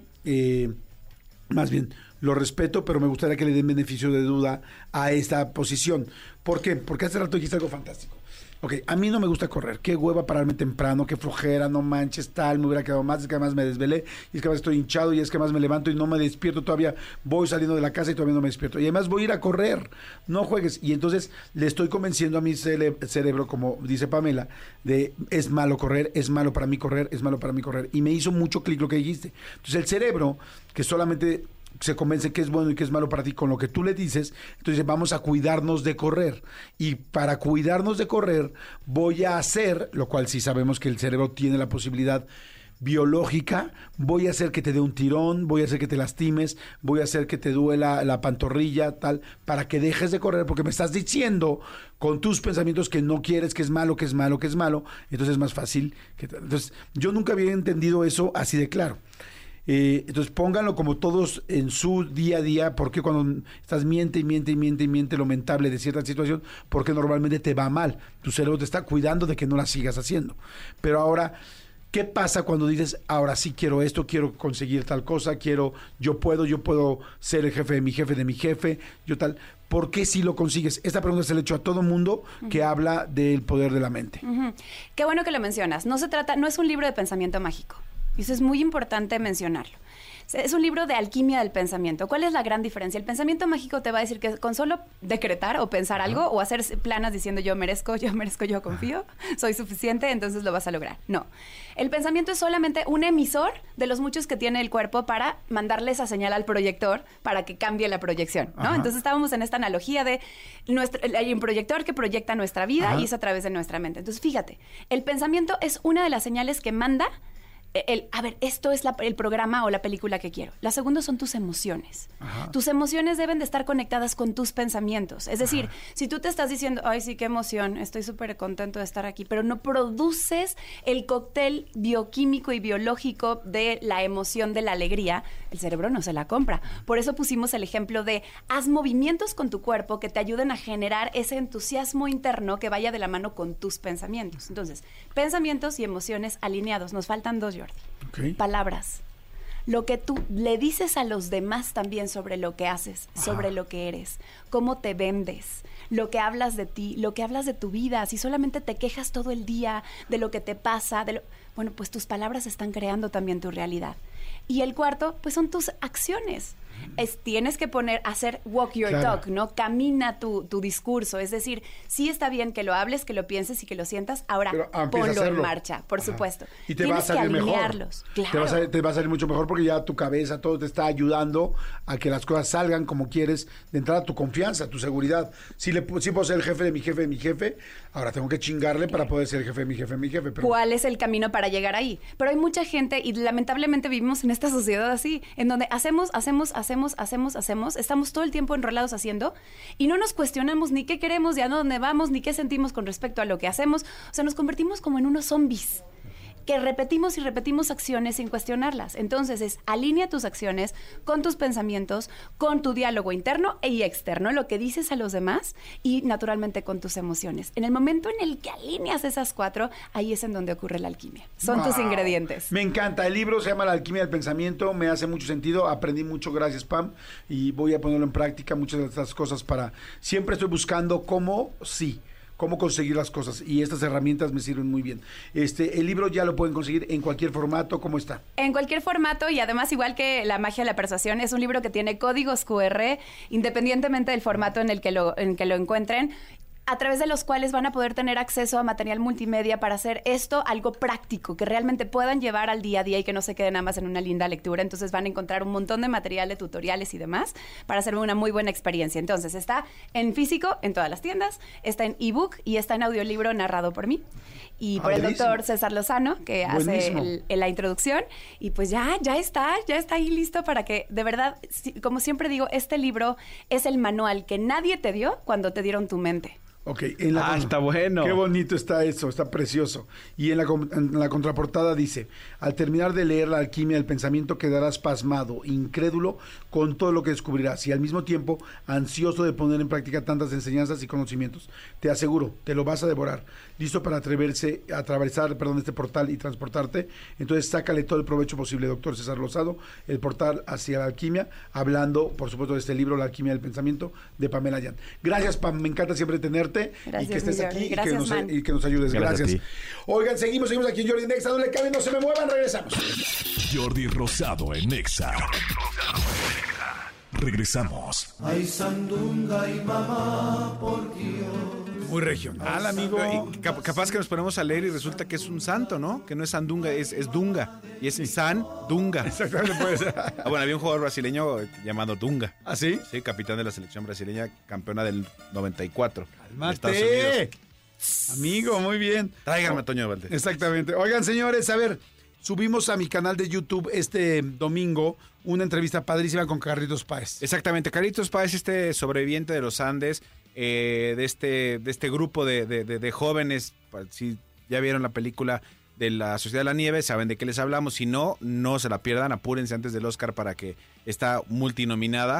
más bien, lo respeto, pero me gustaría que le den beneficio de duda a esta posición. ¿Por qué? Porque hace rato dijiste algo fantástico. Ok, a mí no me gusta correr. Qué hueva pararme temprano, qué flojera, no manches, tal, me hubiera quedado más, es que además me desvelé, y es que además estoy hinchado, y es que además me levanto y no me despierto todavía, voy saliendo de la casa y todavía no me despierto. Y además voy a ir a correr, no juegues. Y entonces le estoy convenciendo a mi cerebro, como dice Pamela, de es malo correr, es malo para mí correr, es malo para mí correr. Y me hizo mucho clic lo que dijiste. Entonces el cerebro, que solamente se convence que es bueno y que es malo para ti con lo que tú le dices, entonces vamos a cuidarnos de correr, y para cuidarnos de correr voy a hacer, lo cual sí sabemos que el cerebro tiene la posibilidad biológica, voy a hacer que te dé un tirón, voy a hacer que te lastimes, voy a hacer que te duela la pantorrilla, tal, para que dejes de correr, porque me estás diciendo con tus pensamientos que no quieres, que es malo, que es malo, que es malo, entonces es más fácil. Entonces yo nunca había entendido eso así de claro. Entonces pónganlo como todos en su día a día, porque cuando estás miente lo mentable de cierta situación, porque normalmente te va mal, tu cerebro te está cuidando de que no la sigas haciendo. Pero ahora, ¿qué pasa cuando dices, ahora sí quiero esto, quiero conseguir tal cosa, yo puedo ser el jefe de mi jefe, yo tal? ¿Por qué si lo consigues? Esta pregunta se le ha hecho a todo mundo que habla del poder de la mente. Qué bueno que lo mencionas. No es un libro de pensamiento mágico. Y eso es muy importante mencionarlo. Es un libro de alquimia del pensamiento. ¿Cuál es la gran diferencia? El pensamiento mágico te va a decir que con solo decretar o pensar algo o hacer planas diciendo yo merezco, yo confío, soy suficiente, entonces lo vas a lograr. No. El pensamiento es solamente un emisor de los muchos que tiene el cuerpo para mandarle esa señal al proyector para que cambie la proyección, ¿no? Entonces estábamos en esta analogía de hay un proyector que proyecta nuestra vida y es a través de nuestra mente. Entonces fíjate, el pensamiento es una de las señales que manda esto es el programa o la película que quiero. La segunda son tus emociones. Tus emociones deben de estar conectadas con tus pensamientos. Es decir, si tú te estás diciendo, ay, sí, qué emoción, estoy súper contento de estar aquí, pero no produces el cóctel bioquímico y biológico de la emoción, de la alegría, el cerebro no se la compra. Por eso pusimos el ejemplo de haz movimientos con tu cuerpo que te ayuden a generar ese entusiasmo interno que vaya de la mano con tus pensamientos. Entonces, pensamientos y emociones alineados. Nos faltan dos, Jordi. Okay. Palabras. Lo que tú le dices a los demás también sobre lo que haces, sobre lo que eres, cómo te vendes, lo que hablas de ti, lo que hablas de tu vida. Si solamente te quejas todo el día de lo que te pasa, bueno, pues tus palabras están creando también tu realidad. Y el cuarto, pues son tus acciones. tienes que hacer walk your talk, ¿no? Camina tu discurso. Es decir, sí está bien que lo hables, que lo pienses y que lo sientas. Ahora, ponlo en marcha, por supuesto. Y te va a salir mejor. Claro. Te va a salir mucho mejor porque ya tu cabeza, todo te está ayudando a que las cosas salgan como quieres. De entrada, tu confianza, tu seguridad. Sí puedo ser el jefe de mi jefe, ahora tengo que chingarle para poder ser el jefe de mi jefe. Pero... ¿Cuál es el camino para llegar ahí? Pero hay mucha gente, y lamentablemente vivimos en esta sociedad así, en donde hacemos, estamos todo el tiempo enrolados haciendo, y no nos cuestionamos ni qué queremos, ni a dónde vamos, ni qué sentimos con respecto a lo que hacemos. O sea, nos convertimos como en unos zombies que repetimos y repetimos acciones sin cuestionarlas. Entonces alinea tus acciones con tus pensamientos, con tu diálogo interno y externo, lo que dices a los demás y naturalmente con tus emociones. En el momento en el que alineas esas 4, ahí es en donde ocurre la alquimia. Son tus ingredientes. Me encanta. El libro se llama La alquimia del pensamiento. Me hace mucho sentido. Aprendí mucho. Gracias, Pam. Y voy a ponerlo en práctica, muchas de estas cosas siempre estoy buscando cómo conseguir las cosas, y estas herramientas me sirven muy bien. El libro ya lo pueden conseguir en cualquier formato. ¿Cómo está? En cualquier formato, y además, igual que La magia de la persuasión, es un libro que tiene códigos QR, independientemente del formato en el que lo encuentren, a través de los cuales van a poder tener acceso a material multimedia para hacer esto algo práctico, que realmente puedan llevar al día a día y que no se quede nada más en una linda lectura. Entonces van a encontrar un montón de material de tutoriales y demás para hacer una muy buena experiencia. Entonces está en físico en todas las tiendas, está en ebook y está en audiolibro narrado por mí y por el doctor César Lozano, que hace la introducción. Y pues ya está ahí listo para que, de verdad, como siempre digo, este libro es el manual que nadie te dio cuando te dieron tu mente. Ok, está bueno. Qué bonito está eso, está precioso. Y en la contraportada dice: al terminar de leer La alquimia del pensamiento quedarás pasmado, incrédulo con todo lo que descubrirás y al mismo tiempo ansioso de poner en práctica tantas enseñanzas y conocimientos. Te aseguro, te lo vas a devorar. Listo para atravesar este portal y transportarte. Entonces sácale todo el provecho posible, doctor César Lozano, el portal hacia la alquimia, hablando, por supuesto, de este libro, La alquimia del pensamiento, de Pamela Yan. Gracias, Pam, me encanta siempre tenerte. Gracias, y que estés aquí gracias, y que nos ayudes. Gracias. Gracias. Oigan, seguimos aquí en Jordi en Nexa. No le caben, no se me muevan, regresamos. Jordi Rosado en Nexa. Regresamos. Ay, sandunga y mamá, por Dios. Muy regional, amigo. Capaz que nos ponemos a leer y resulta que es un santo, ¿no? Que no es sandunga, es Dunga. Y es San Dunga. Exactamente, puede ser. Bueno, había un jugador brasileño llamado Dunga. ¿Ah, sí? Sí, capitán de la selección brasileña, campeona del 94. ¡Cálmate! Amigo, muy bien. Tráiganme a Toño Valdés. Exactamente. Oigan, señores, a ver, subimos a mi canal de YouTube este domingo una entrevista padrísima con Carlitos Páez. Exactamente, Carlitos Páez, sobreviviente de los Andes, de este grupo de jóvenes. Si ya vieron la película de La Sociedad de la Nieve, saben de qué les hablamos. Si no, no se la pierdan, apúrense antes del Oscar para que está multinominada.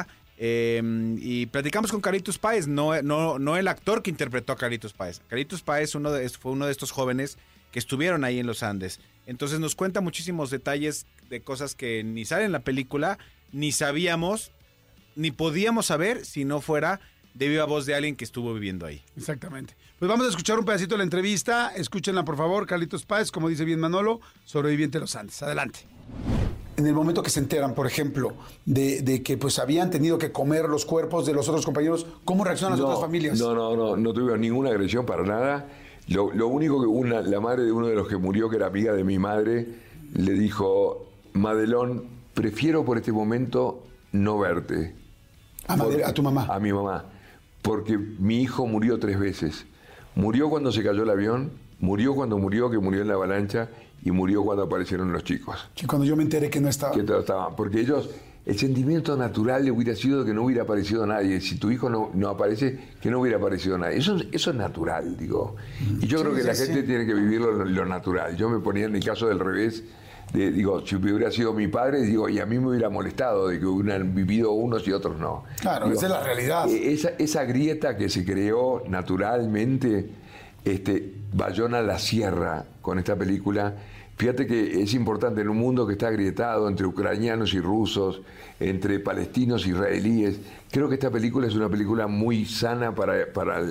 Y platicamos con Carlitos Páez, no el actor que interpretó a Carlitos Páez. Carlitos Páez fue uno de estos jóvenes que estuvieron ahí en los Andes. Entonces nos cuenta muchísimos detalles de cosas que ni salen en la película, ni sabíamos, ni podíamos saber si no fuera de viva voz de alguien que estuvo viviendo ahí. Exactamente. Pues vamos a escuchar un pedacito de la entrevista. Escúchenla, por favor. Carlitos Páez, como dice bien Manolo, sobreviviente de los Andes. Adelante. En el momento que se enteran, por ejemplo, de que pues habían tenido que comer los cuerpos de los otros compañeros, ¿cómo reaccionan las otras familias? No tuvieron ninguna agresión para nada. Lo único que la madre de uno de los que murió, que era amiga de mi madre, le dijo: Madelón, prefiero por este momento no verte. ¿A tu mamá? A mi mamá. Porque mi hijo murió 3 veces. Murió cuando se cayó el avión, murió cuando murió, que murió en la avalancha, y murió cuando aparecieron los chicos. Sí, cuando yo me enteré que no estaba. Que estaban. Porque ellos, el sentimiento natural le hubiera sido que no hubiera aparecido nadie. Si tu hijo no aparece, que no hubiera aparecido nadie. Eso es natural, digo. Y yo creo que la gente tiene que vivir lo natural. Yo me ponía en el caso del revés. Si hubiera sido mi padre, y a mí me hubiera molestado de que hubieran vivido unos y otros no. Claro, esa es la realidad. Esa grieta que se creó naturalmente, Bayona la cierra con esta película. Fíjate que es importante en un mundo que está agrietado entre ucranianos y rusos, entre palestinos e israelíes. Creo que esta película es una película muy sana para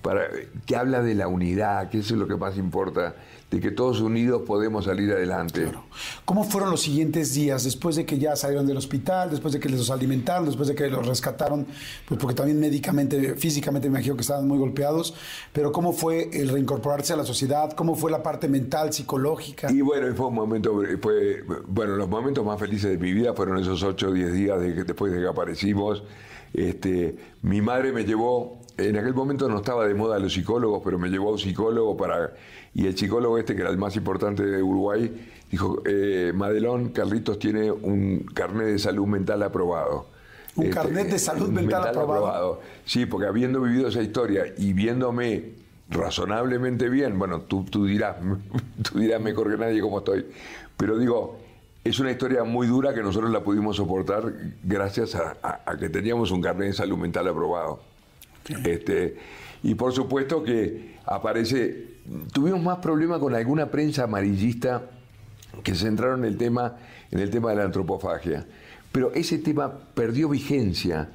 que habla de la unidad, que eso es lo que más importa, de que todos unidos podemos salir adelante. Claro. ¿Cómo fueron los siguientes días después de que ya salieron del hospital, después de que los alimentaron, después de que los rescataron? Pues porque también médicamente, físicamente me imagino que estaban muy golpeados, pero ¿cómo fue el reincorporarse a la sociedad? ¿Cómo fue la parte mental, psicológica? Y bueno, fue un momento, los momentos más felices de mi vida fueron esos 8 o 10 días después de que aparecimos. Mi madre me llevó, en aquel momento no estaba de moda los psicólogos, pero me llevó a un psicólogo y el psicólogo que era el más importante de Uruguay, dijo, Madelón, Carlitos tiene un carnet de salud mental aprobado. ¿Un carnet de salud mental aprobado? Sí, porque habiendo vivido esa historia y viéndome razonablemente bien, bueno, tú dirás mejor que nadie cómo estoy, pero digo, es una historia muy dura que nosotros la pudimos soportar gracias a que teníamos un carnet de salud mental aprobado. Y por supuesto que tuvimos más problemas con alguna prensa amarillista que se centraron en el tema de la antropofagia. Pero ese tema perdió vigencia.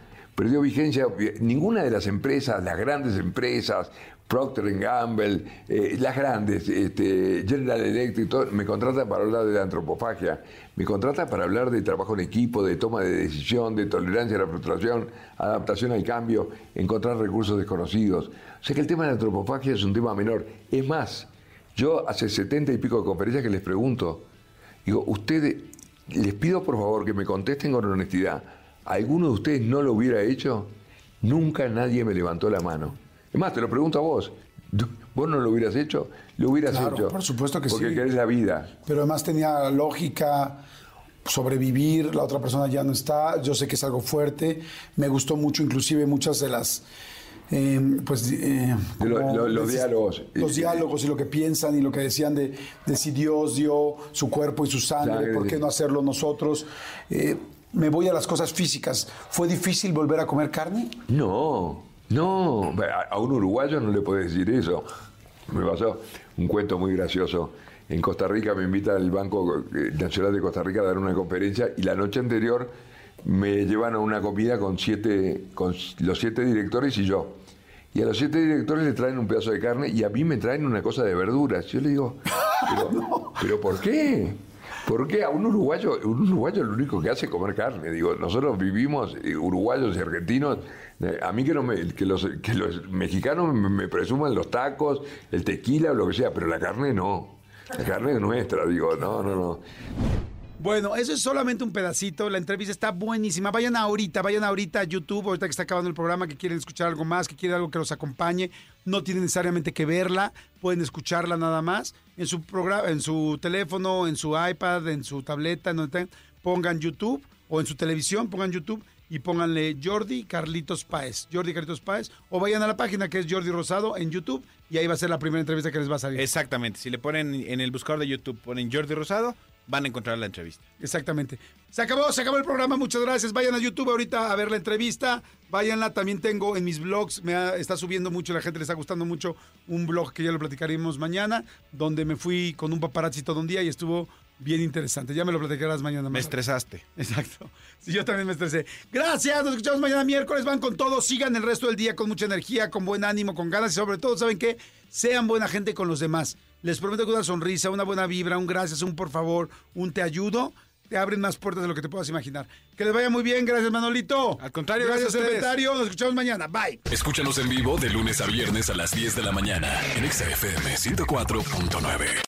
Ninguna de las empresas, las grandes empresas, Procter & Gamble, las grandes, General Electric, todo, me contratan para hablar de la antropofagia. Me contratan para hablar de trabajo en equipo, de toma de decisión, de tolerancia a la frustración, adaptación al cambio, encontrar recursos desconocidos. O sea que el tema de la antropofagia es un tema menor. Es más, yo hace 70 y pico de conferencias que les pregunto, digo, ustedes, les pido por favor que me contesten con honestidad, ¿alguno de ustedes no lo hubiera hecho? Nunca nadie me levantó la mano. Es más, te lo pregunto a vos. ¿Vos no lo hubieras hecho? Lo hubieras hecho. Por supuesto que porque querés la vida. Pero además tenía lógica sobrevivir, la otra persona ya no está, yo sé que es algo fuerte. Me gustó mucho, inclusive muchas de las... los diálogos. Los diálogos y lo que piensan y lo que decían de si Dios dio su cuerpo y su sangre, ¿por qué no hacerlo nosotros? Me voy a las cosas físicas. ¿Fue difícil volver a comer carne? No, a un uruguayo no le podés decir eso. Me pasó un cuento muy gracioso. En Costa Rica me invita el Banco Nacional de Costa Rica a dar una conferencia y la noche anterior me llevan a una comida con los 7 directores y yo. Y a los 7 directores le traen un pedazo de carne y a mí me traen una cosa de verduras. Yo le digo, ¿pero por qué? ¿Por qué a un uruguayo lo único que hace es comer carne? Digo, nosotros vivimos, uruguayos y argentinos, a mí que los mexicanos me presuman los tacos, el tequila o lo que sea, pero la carne no. La carne es nuestra, digo, no. Bueno, eso es solamente un pedacito. La entrevista está buenísima. Vayan ahorita a YouTube, ahorita que está acabando el programa, que quieren escuchar algo más, que quieren algo que los acompañe. No tienen necesariamente que verla, pueden escucharla nada más. En su programa, en su teléfono, en su iPad, en su tableta, pongan YouTube, o en su televisión, pongan YouTube y pónganle Jordi Carlitos Páez, o vayan a la página que es Jordi Rosado en YouTube y ahí va a ser la primera entrevista que les va a salir. Exactamente, si le ponen en el buscador de YouTube, ponen Jordi Rosado, van a encontrar la entrevista. Exactamente. Se acabó el programa, muchas gracias. Vayan a YouTube ahorita a ver la entrevista, váyanla, también tengo en mis blogs, está subiendo mucho, la gente le está gustando mucho un blog que ya lo platicaremos mañana, donde me fui con un paparazzi todo un día y estuvo bien interesante. Ya me lo platicarás mañana. Me estresaste. Exacto. Sí, yo también me estresé. Gracias, nos escuchamos mañana miércoles. Van con todo, sigan el resto del día con mucha energía, con buen ánimo, con ganas y sobre todo, ¿saben qué? Sean buena gente con los demás. Les prometo que una sonrisa, una buena vibra, un gracias, un por favor, un te ayudo, te abren más puertas de lo que te puedas imaginar. Que les vaya muy bien. Gracias, Manolito. Al contrario, gracias, secretario. Nos escuchamos mañana. Bye. Escúchanos en vivo de lunes a viernes a las 10 de la mañana en XFM 104.9.